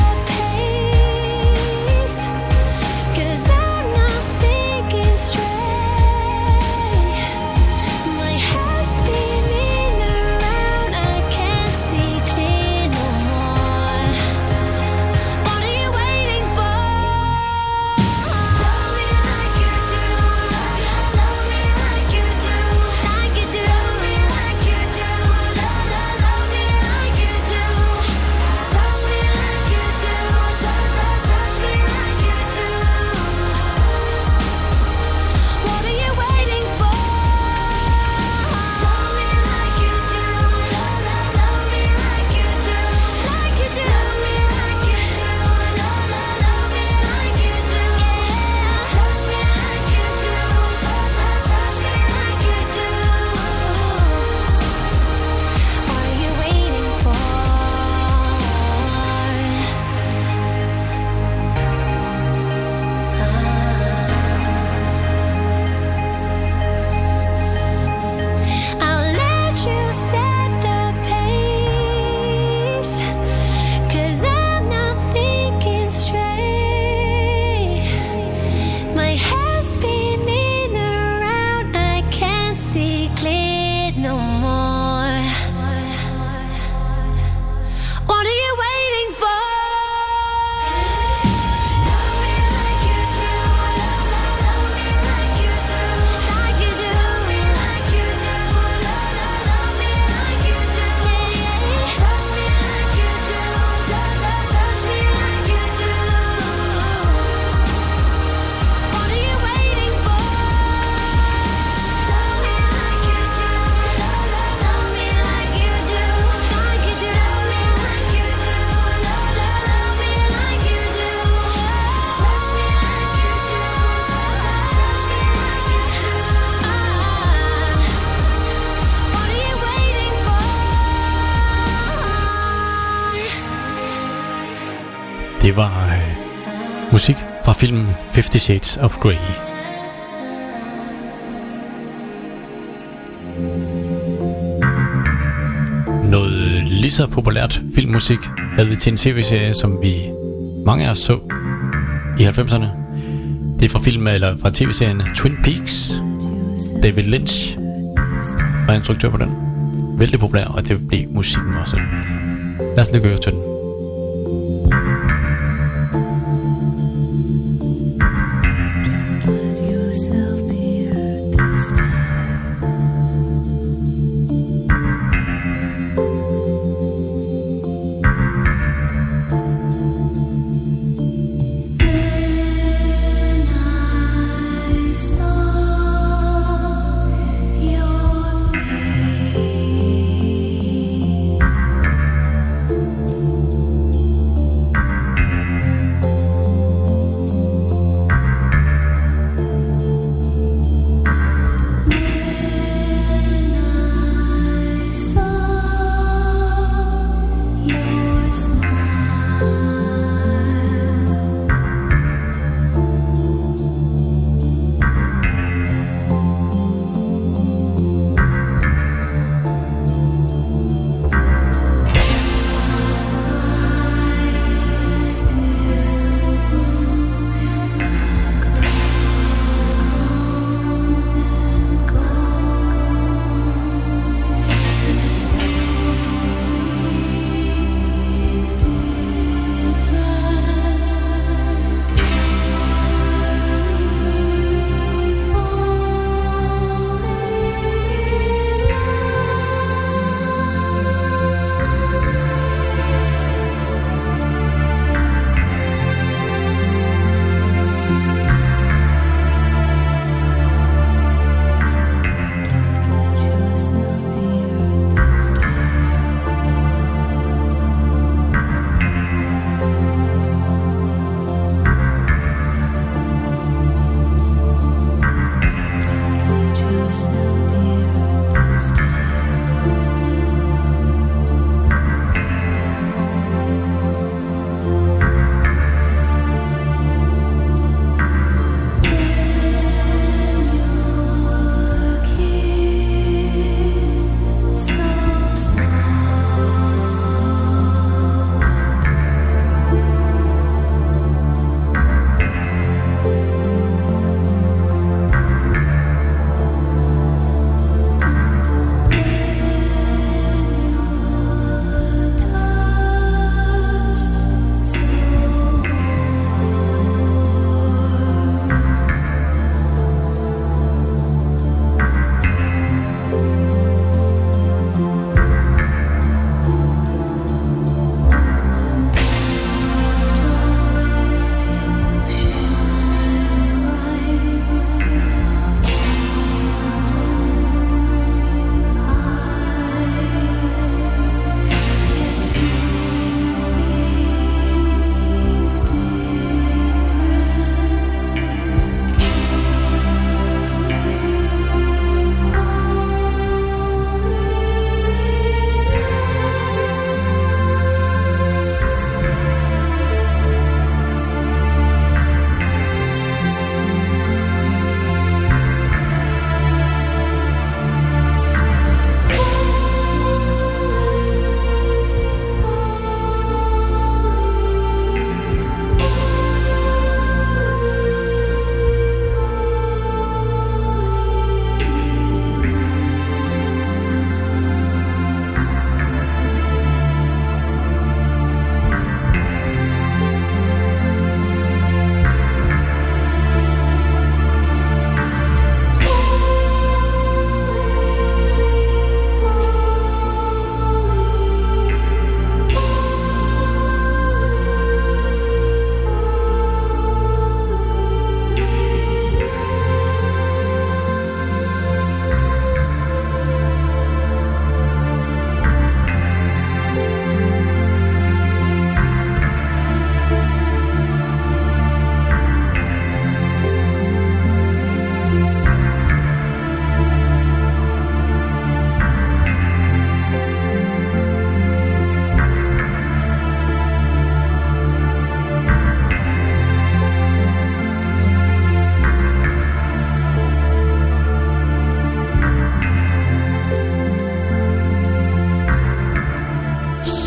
pace. 'Cause I'm not thinking straight. My head's spinning around, I can't see clear no more. What are you waiting for? Love me like you do. Love me like you do. Like you do. Love me like you do. Love me like you do. Touch me like you do. Touch me like you do. What are you waiting for? Love me like you do. Love me like you do. Like you do. Love me like you do. Love me like you do. Touch me like you do. Touch me like you do. What are you waiting for? I'll let you set the pace. 'Cause I'm not thinking straight. My head's spinning around, I can't see clear no more. What are you waiting for? Love me like you do. Love me like you do. Like you do. Like you do. Love me like you do. Touch me like you do. Touch me like you do. What are you waiting for? Love me like you do. Love me like you do. Like you do. Like you do. Love me like you do. Touch me like you do. Touch me like you do. What are you waiting for? Det var musik fra filmen 50 Shades of Grey. Noget lige så populært filmmusik havde vi til en tv-serie, som mange af os så i 90'erne. Det er fra tv-serien Twin Peaks. David Lynch var instruktør på den. Vældig populær, og det blev musikken også. Lad os lige gå til den. Your face.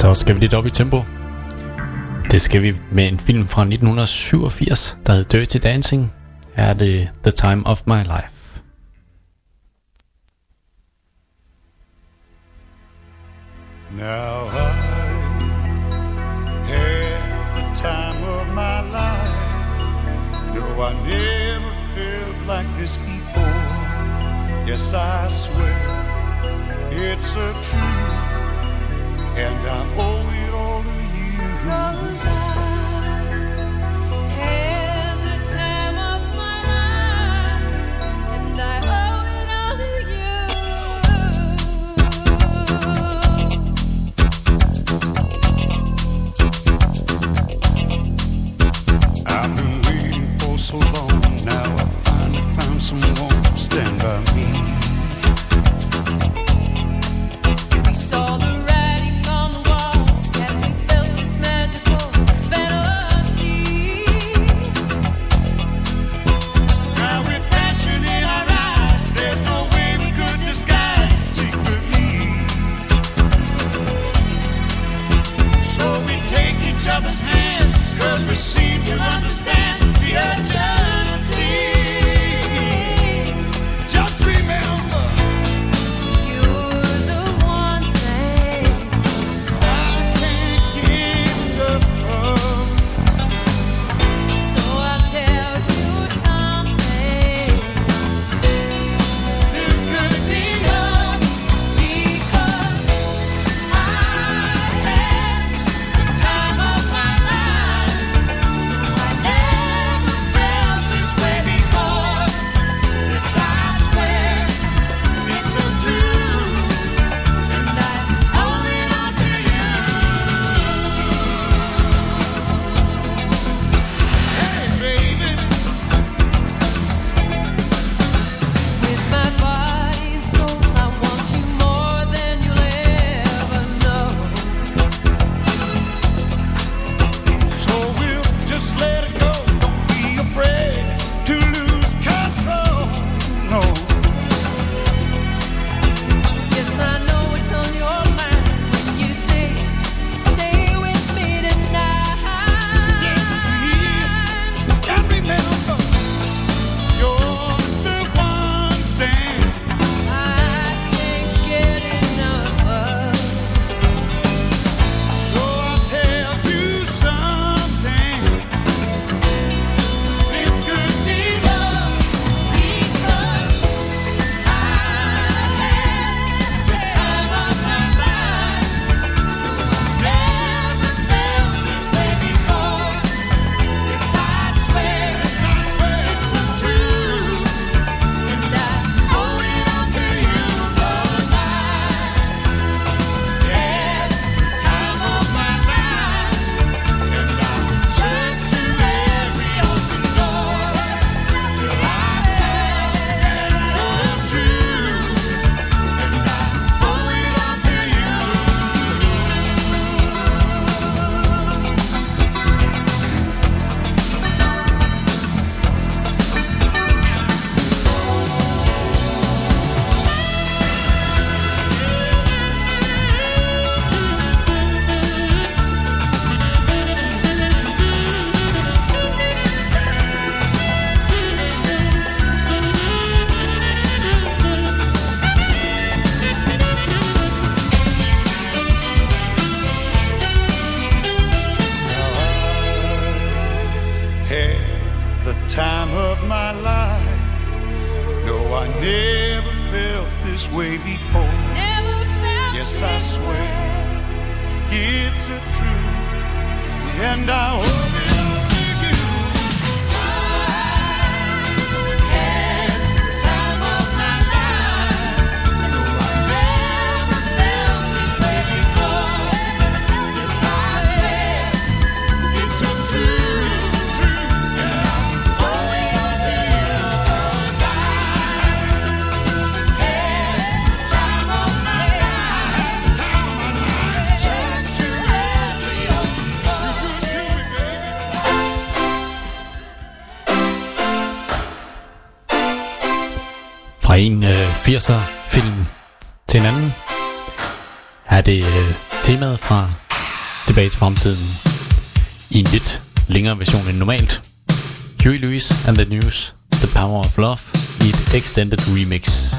Så skal vi lidt op i tempo. Det skal vi med en film fra 1987, der hed Dirty Dancing. Her er det The Time of My Life. Now I had the time of my life. No, I never felt like this before. Yes, I swear it's a truth, and I owe it all to you. 'Cause I had the time of my life, and I owe it all to you. I've been waiting for so long. Now I finally found someone to stand by me. We saw the writing on the wall as we felt this magical fantasy. Now with passion in our eyes, there's no way we could disguise it secretly. So we take each other's hand, 'cause we seem to understand the urgency. Just remember, You're the one thing I can't get enough of. So I'll tell you something. This could be love, Because I had the time of my life. I never felt this way before. Yes, I swear it's so true. and I owe it all to you. Hey, baby. With my body and soul, I want you more than you'll ever know. So we'll just let it go. Don't be afraid to lose control. No. Yes, I know it's on your mind when you say, stay with me tonight. And remember, you're the one thing I can't get enough of. So I'll tell you something. This could be love, Because I had the time of my life. Never felt this way before. Yes, I swear it's so true, and I owe it all to you. 'Cause I had the time of my life, and I searched through every open door till I found the truth, and I owe it all to you. had the time of my life. No, I never felt this way before. Never felt Yes, I this swear way. it's a truth, and I owe it all to you. Had the time of my life. No, I never felt this way before. Yes, I swear it's so true, and I owe it all to you. 'Cause I had the time of my life. Searched through every open door. Fra en 80'er film til en anden er det temaet fra tilbage til fremtiden i en lidt længere version end normalt. Huey Lewis and the News, The Power of Love i et extended remix.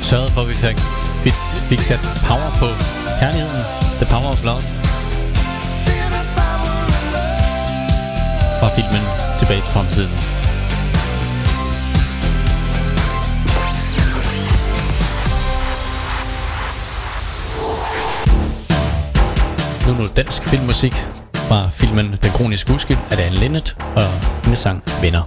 sørgede for, at vi fik sat power på kærligheden. The Power of Love. Fra filmen Tilbage til fremtiden. Nu noget dansk filmmusik fra filmen Den kroniske uskyld af Anne Linnet og hendes sang Venner.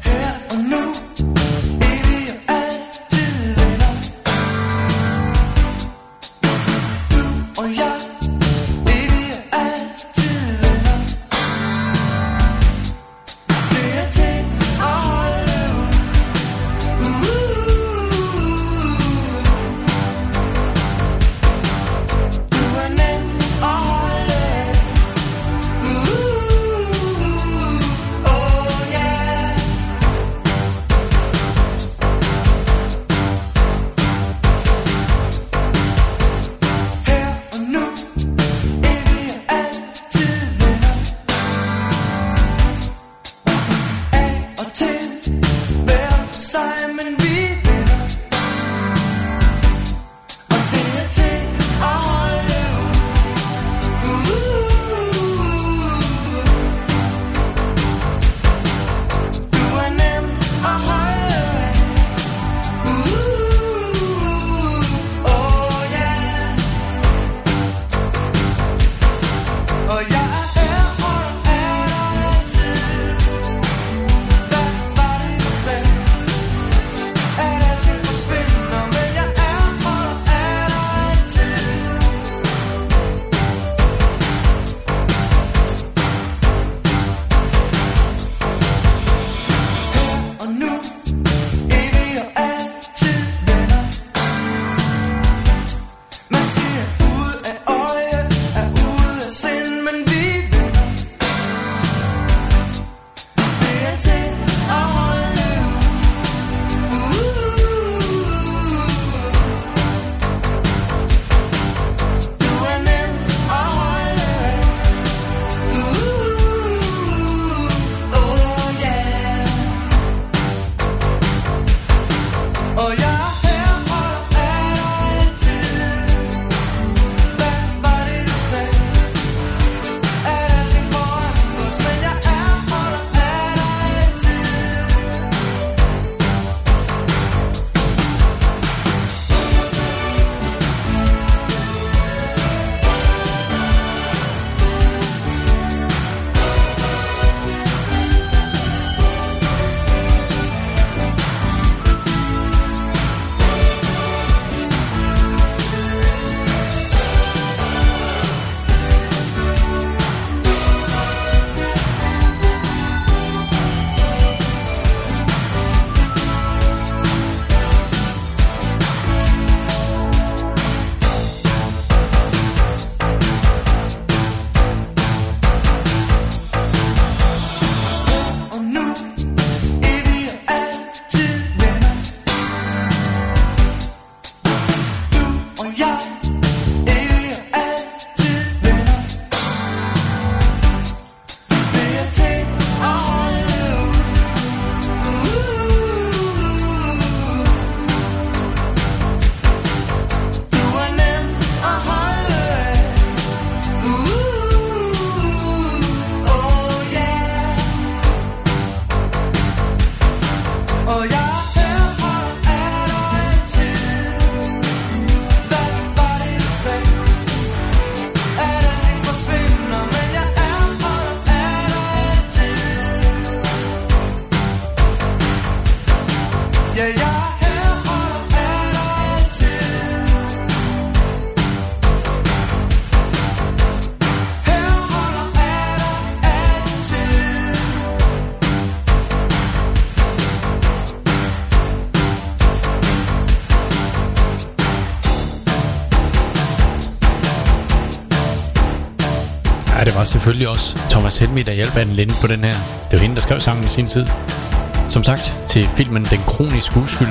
Ja, det var selvfølgelig også Thomas Helmig, der hjalp Anne Linnet på den her. Det var hende, der skrev sangen i sin tid. Som sagt, til filmen Den kroniske uskyld.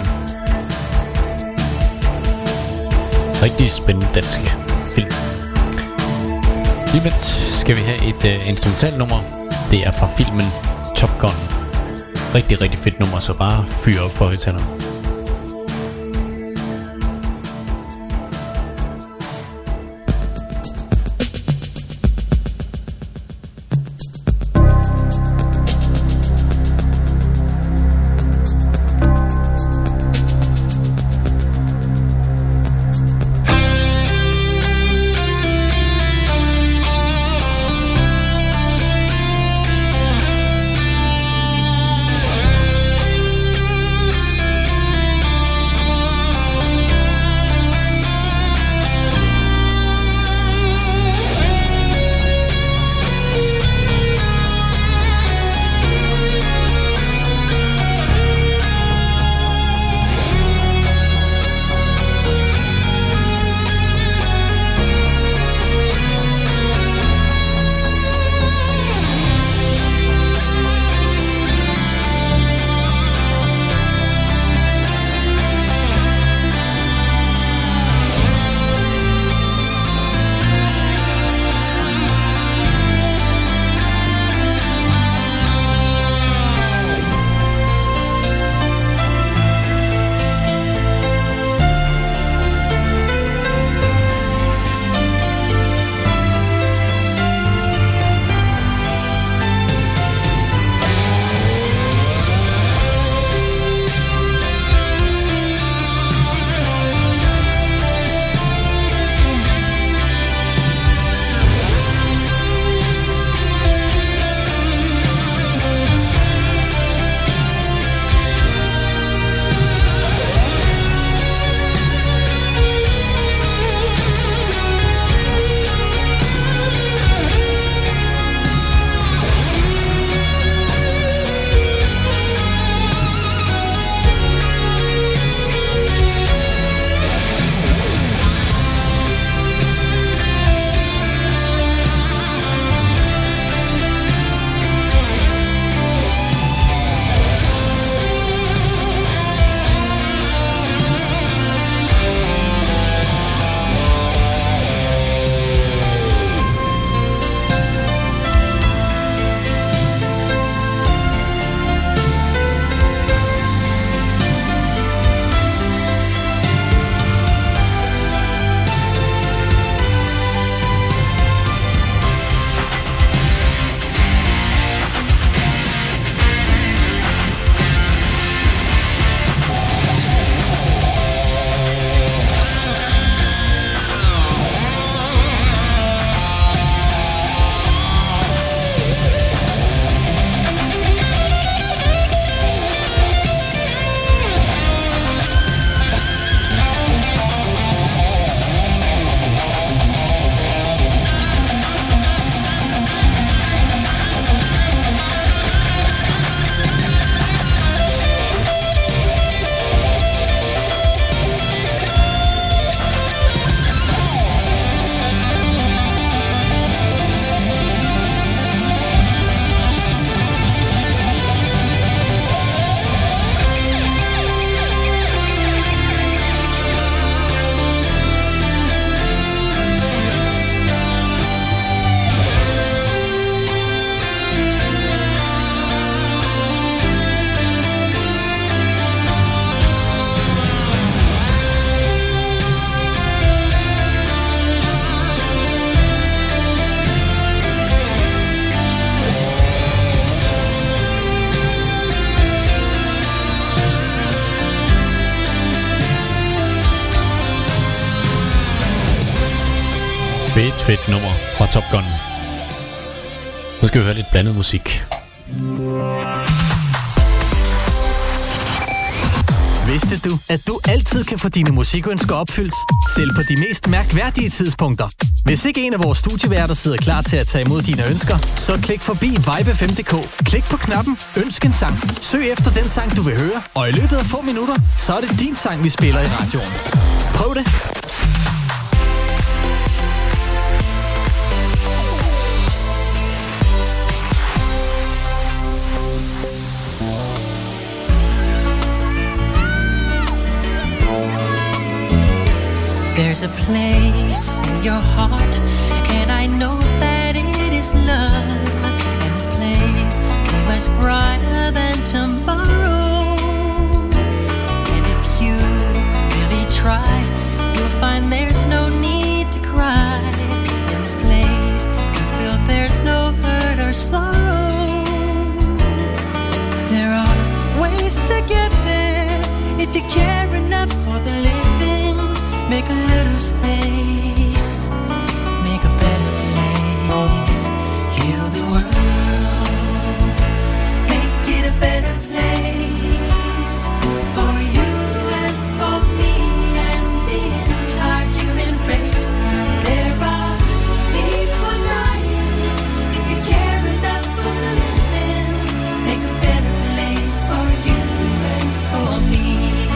Rigtig spændende dansk film. Lige lidt skal vi have et instrumentalnummer. Det er fra filmen Top Gun. Rigtig, rigtig fedt nummer, så bare fyr op på højtalerne. fedt nummer fra Top Gun. Så skal vi høre lidt blandet musik. Vidste du, at du altid kan få dine musikønsker opfyldt, selv på de mest mærkværdige tidspunkter? Hvis ikke en af vores studieværter sidder klar til at tage imod dine ønsker, så klik forbi vibe5.dk. Klik på knappen Ønsk en sang. Søg efter den sang, du vil høre, og i løbet af få minutter, så er det din sang, vi spiller i radioen. Prøv det! There's a place in your heart, and I know that it is love. And this place is much brighter than tomorrow. And if you really try, you'll find there's no need to cry. In this place, you feel there's no hurt or sorrow. There are ways to get there if you care enough for the living. Make a little space, make a better place, heal the world, make it a better place, for you and for me and the entire human race. There are people dying, if you care enough for the living, make a better place for you and for me.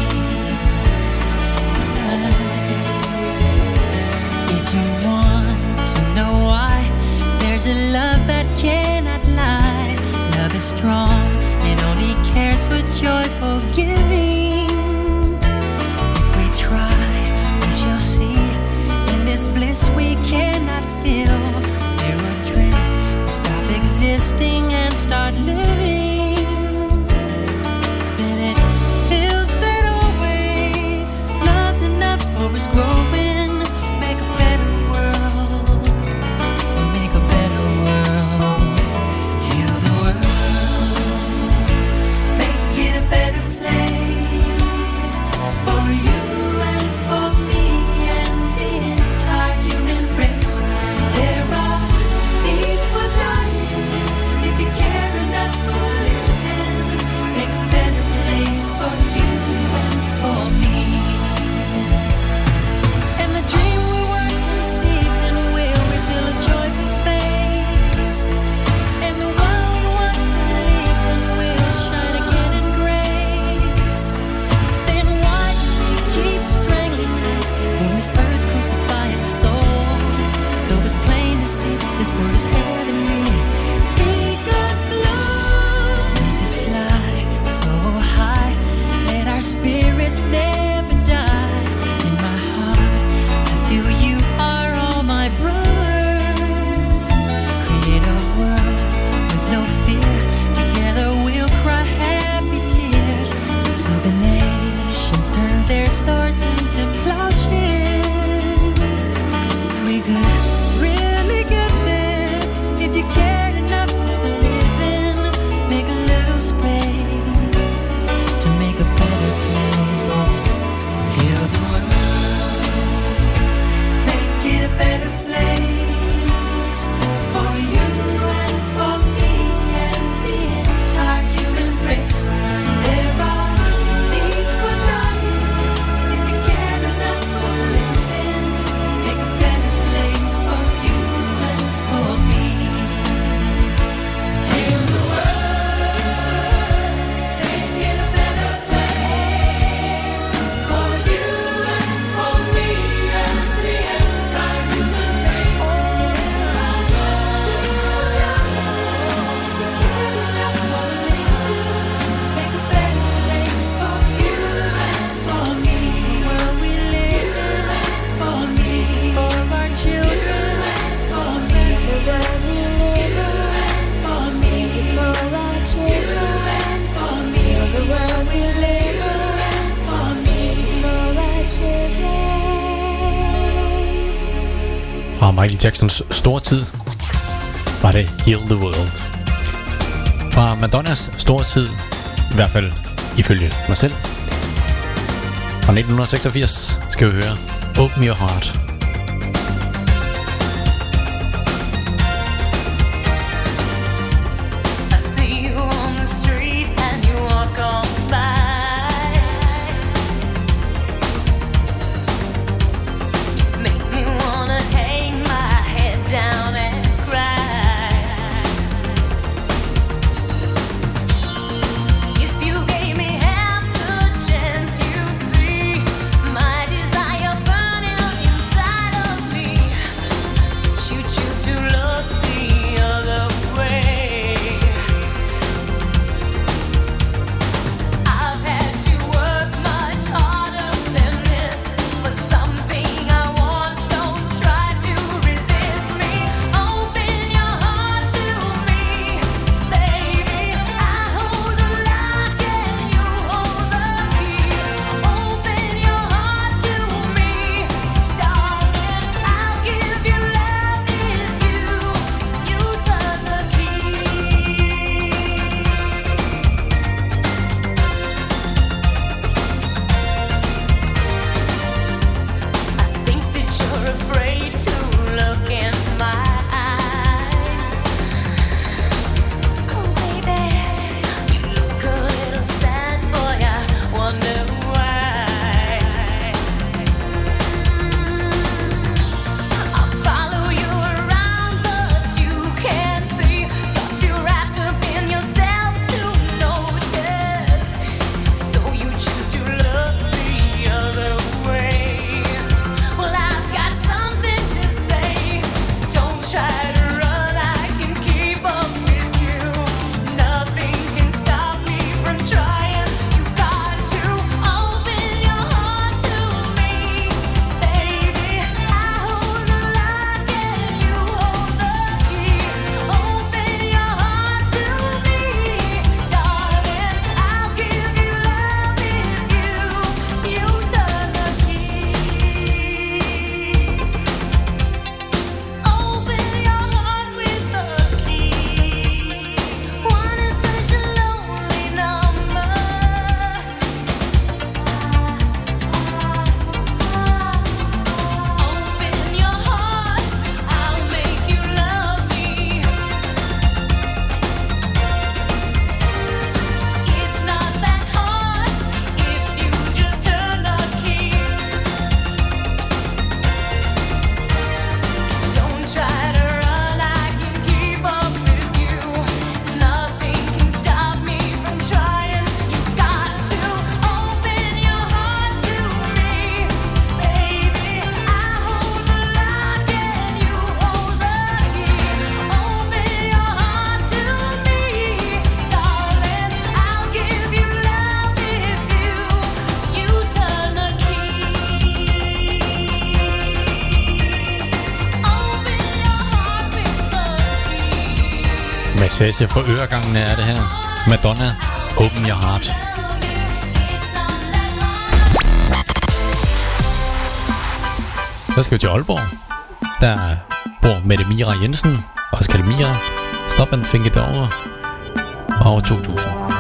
There's a love that cannot lie. Love is strong, it only cares for joyful giving. If we try, we shall see. In this bliss we cannot feel. There are dreams, we stop existing and start living. Then it feels that always love's enough for us growing. Make a better world. This world is heavenly. Eagles fly, we can fly so high. Let our spirits never die. In my heart, I feel you are all my brothers. Create a world with no fear. Together we'll cry happy tears. So the nations turn their swords into plowshares. We could really get there if you cared enough for the living. Make a little space to make a better place. Heal the world, make it a better place for you and for me and the entire human race. There are people dying if you care enough for the living. Make a better place for you and for me. Heal the world, make it a better place for you and for me and the entire human race. Make a better place for you and for me. World we live in, for me, for our children, for me. The world we live in, for me, for our children, for me. The world we live in, for me, for our children. Fra Michael Jacksons store tid var det Heal the World. Fra Madonnas store tid, i hvert fald ifølge mig selv, fra 1986 skal vi høre Open Your Heart. passage for øregangene er det her. Madonna, Open Your Heart. Så skal vi til Aalborg. Der bor Mette Mira Jensen, også kaldt Mira. Stop and Think It Over. År 2000.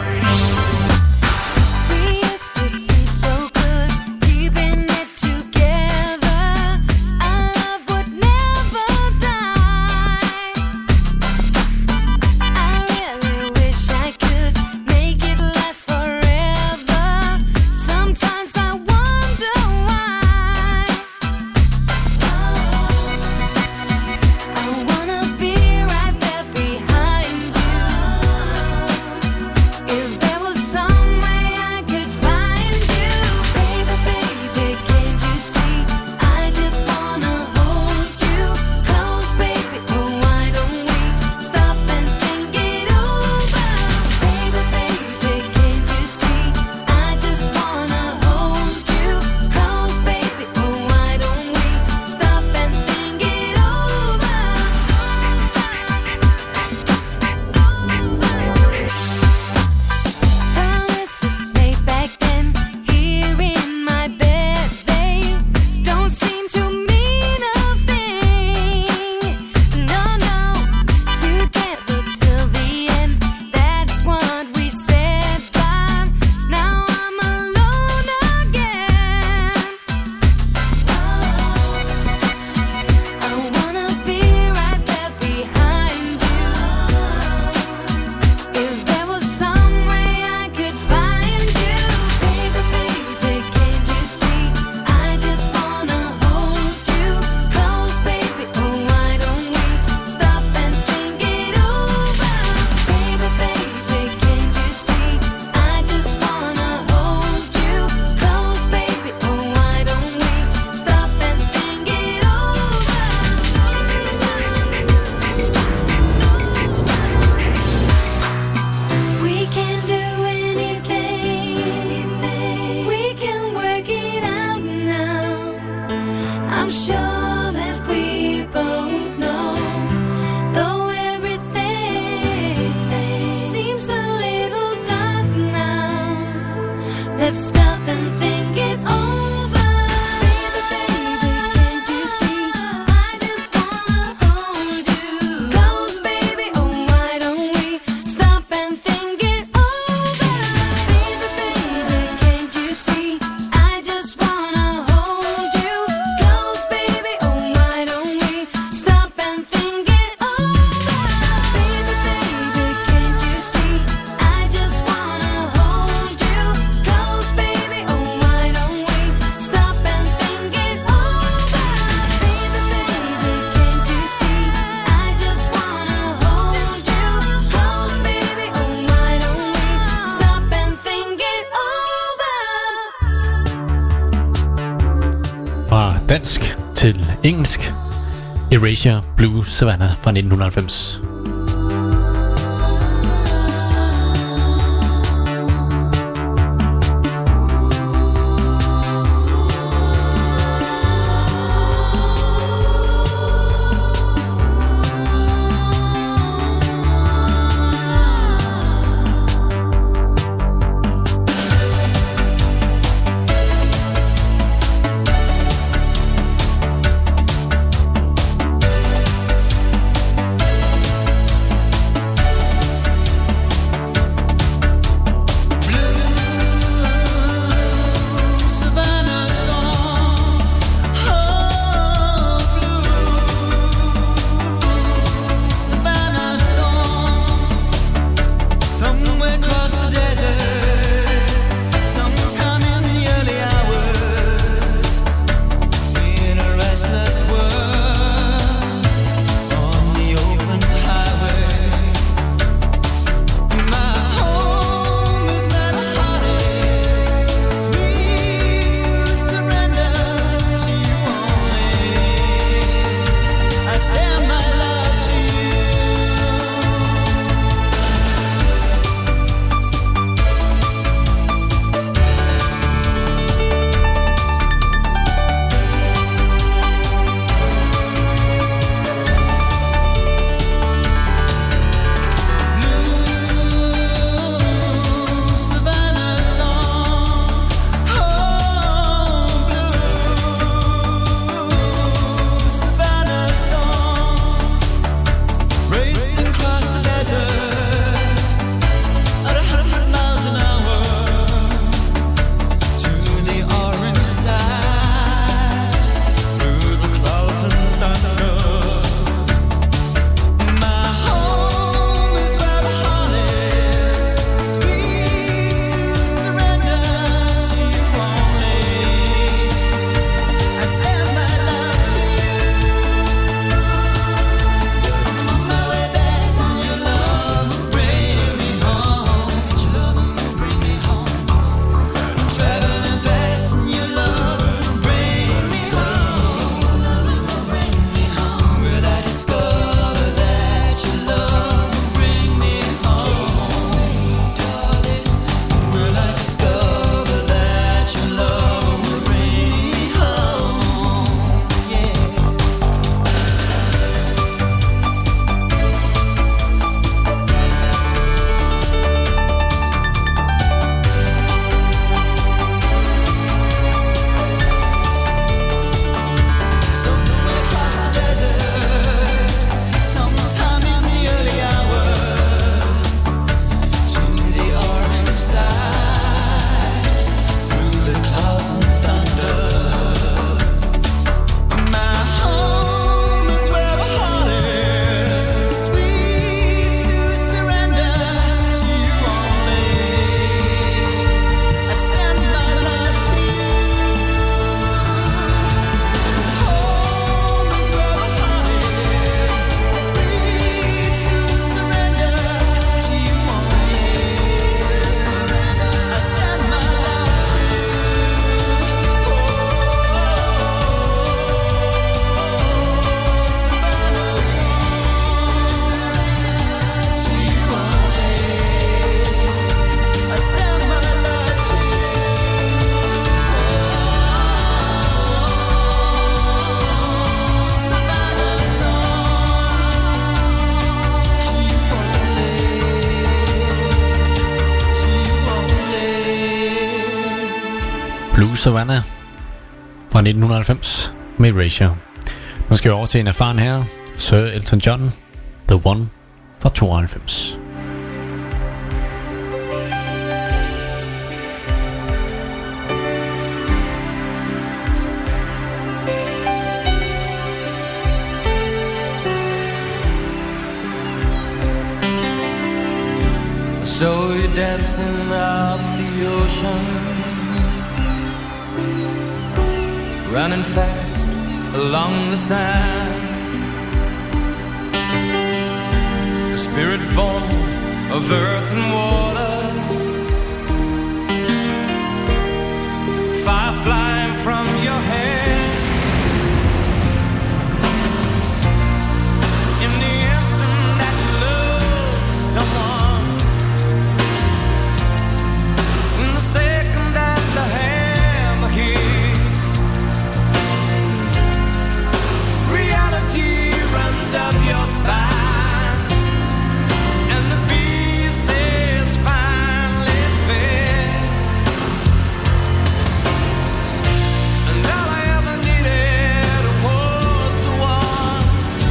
Dansk til engelsk. Erasure Blue Savannah fra 1990. Blue Savannah fra 1990 med Erasure. Nu skal vi over til en erfaren herre, Sir Elton John, The One fra 92. So you're dancing up the ocean, running fast along the sand, the spirit born of earth and water, fire flying from your hands. In the instant that you love someone, in the second that the hammer hits, reality runs up your spine, and the beast is finally fed. And all I ever needed was the one,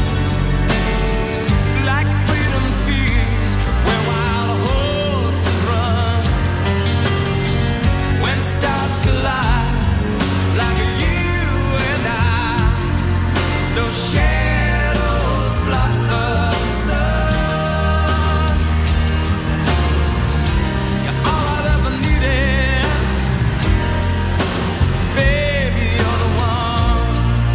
like freedom feeds where wild horses run. When stars collide, like you and I, those shadows blot the sun. You're all I've ever needed, baby, you're the one.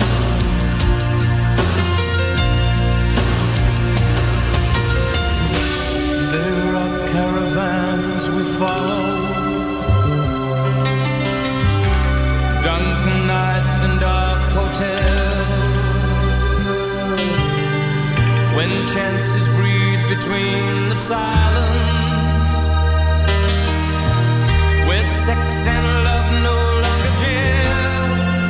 There are caravans we follow, drunken nights and dark hotels, when chances breathe between the silence, where sex and love no longer gel.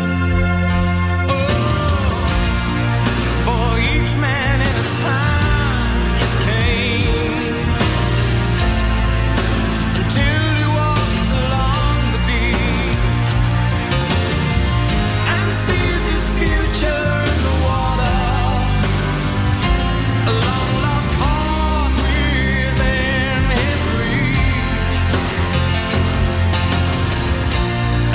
Oh, for each man in his time is Cain, until he walks along the beach and sees his future in the water, a long lost heart within his reach.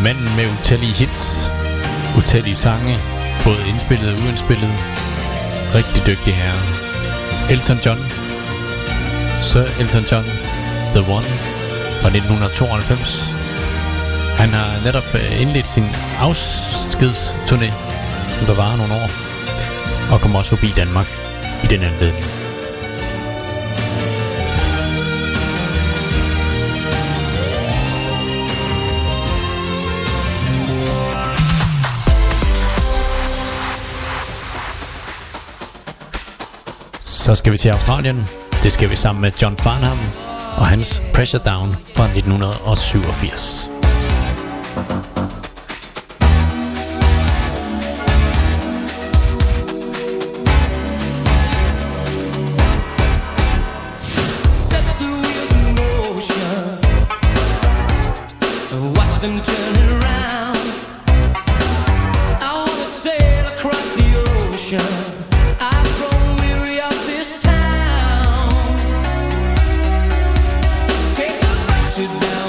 Manden med utallige hits, utallige sange, både indspillet og uindspillet. Rigtig dygtig herre. Elton John. Sir Elton John, The One, fra 1992. Han har netop indledt sin afskedsturné, som der varer nogle år, og kommer også forbi Danmark i den anledning. Så skal vi til Australien. Det skal vi sammen med John Farnham og hans Pressure Down fra 1987. Them turning around. I wanna sail across the ocean. I've grown weary of this town. Take the pressure down.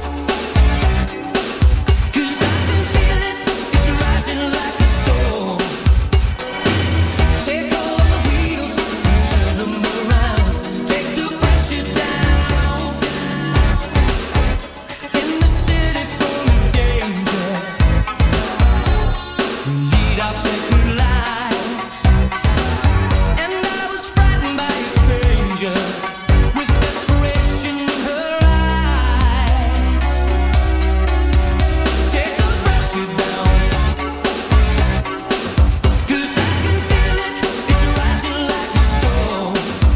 'Cause I can feel it, it's rising like a storm. Take all of the wheels and turn them around. Take the pressure down. In the city full of danger, we lead our sacred lives. And I was frightened by a stranger with desperation in her eyes. Take the pressure down. 'Cause I can feel it, it's rising like a storm.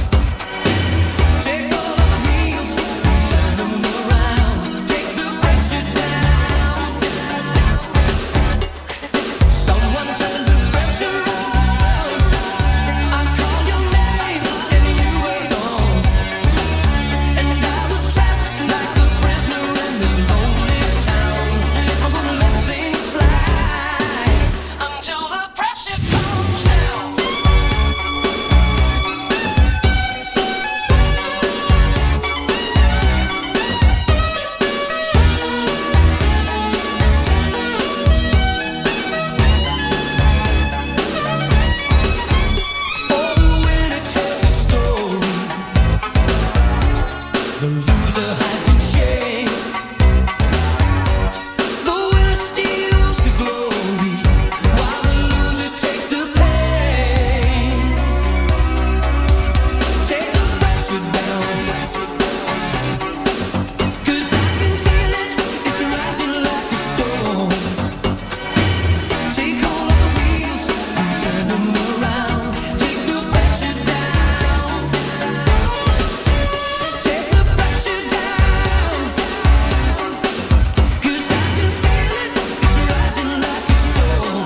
Take all of the wheels and turn them around. Take the pressure down. Someone turn the pressure on. I called your name and you were gone. And I was trapped like a prisoner in this lonely town. I'm gonna let things slide until the pressure comes down. Oh, the winner tells a story. The loser hides in shame. The winner steals the glory, while the loser takes the pain. Take the pressure down. 'Cause I can feel it, it's rising like a storm. Take all of the wheels and turn them around. Take the pressure down. Take the pressure down. 'Cause I can feel it, it's rising like a storm.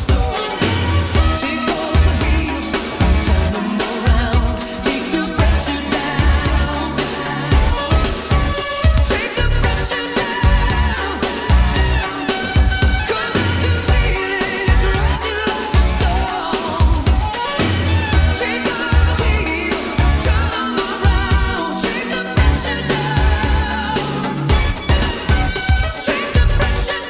Take all of the wheels and turn them around. Take the pressure down. Take the pressure down. 'Cause I can feel it, it's rising like a storm. Take all of the wheels, turn them around. Take the pressure down. Take the pressure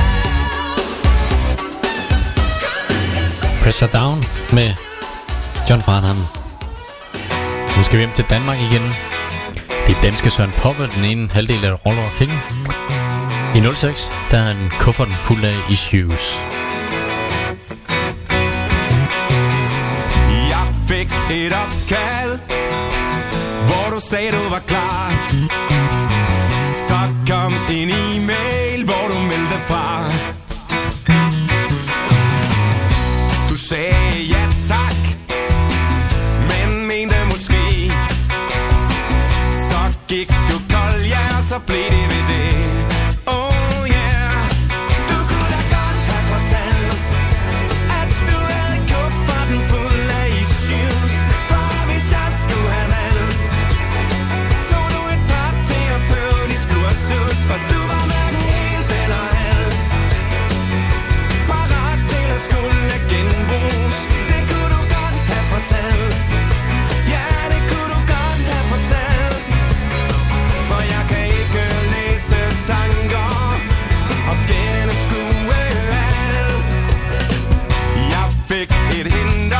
down. Pressure Down med John Farnham. Nu skal vi hjem til Danmark igen. Det danske Søren Poppe, den ene halvdel af Roller King. I 06, der er en kufferten fuld af issues. Jeg fik et opkald, hvor du sagde du var klar. Så kom en e-mail, hvor du meldte fra. Du sagde ja tak, men mente måske. Så gik du kold, ja, og så blev det ved det. Oh yeah. Du kunne da godt have fortalt, at du havde kufferten fuld af issues. For hvis jeg skulle have valgt, tog du et par terapeutisk kursus. For du var hverken helt eller halvt, parat til at skulle genbruges. Det kunne du godt have fortalt. Ja, det kunne du godt have fortalt. For jeg kan ikke leve And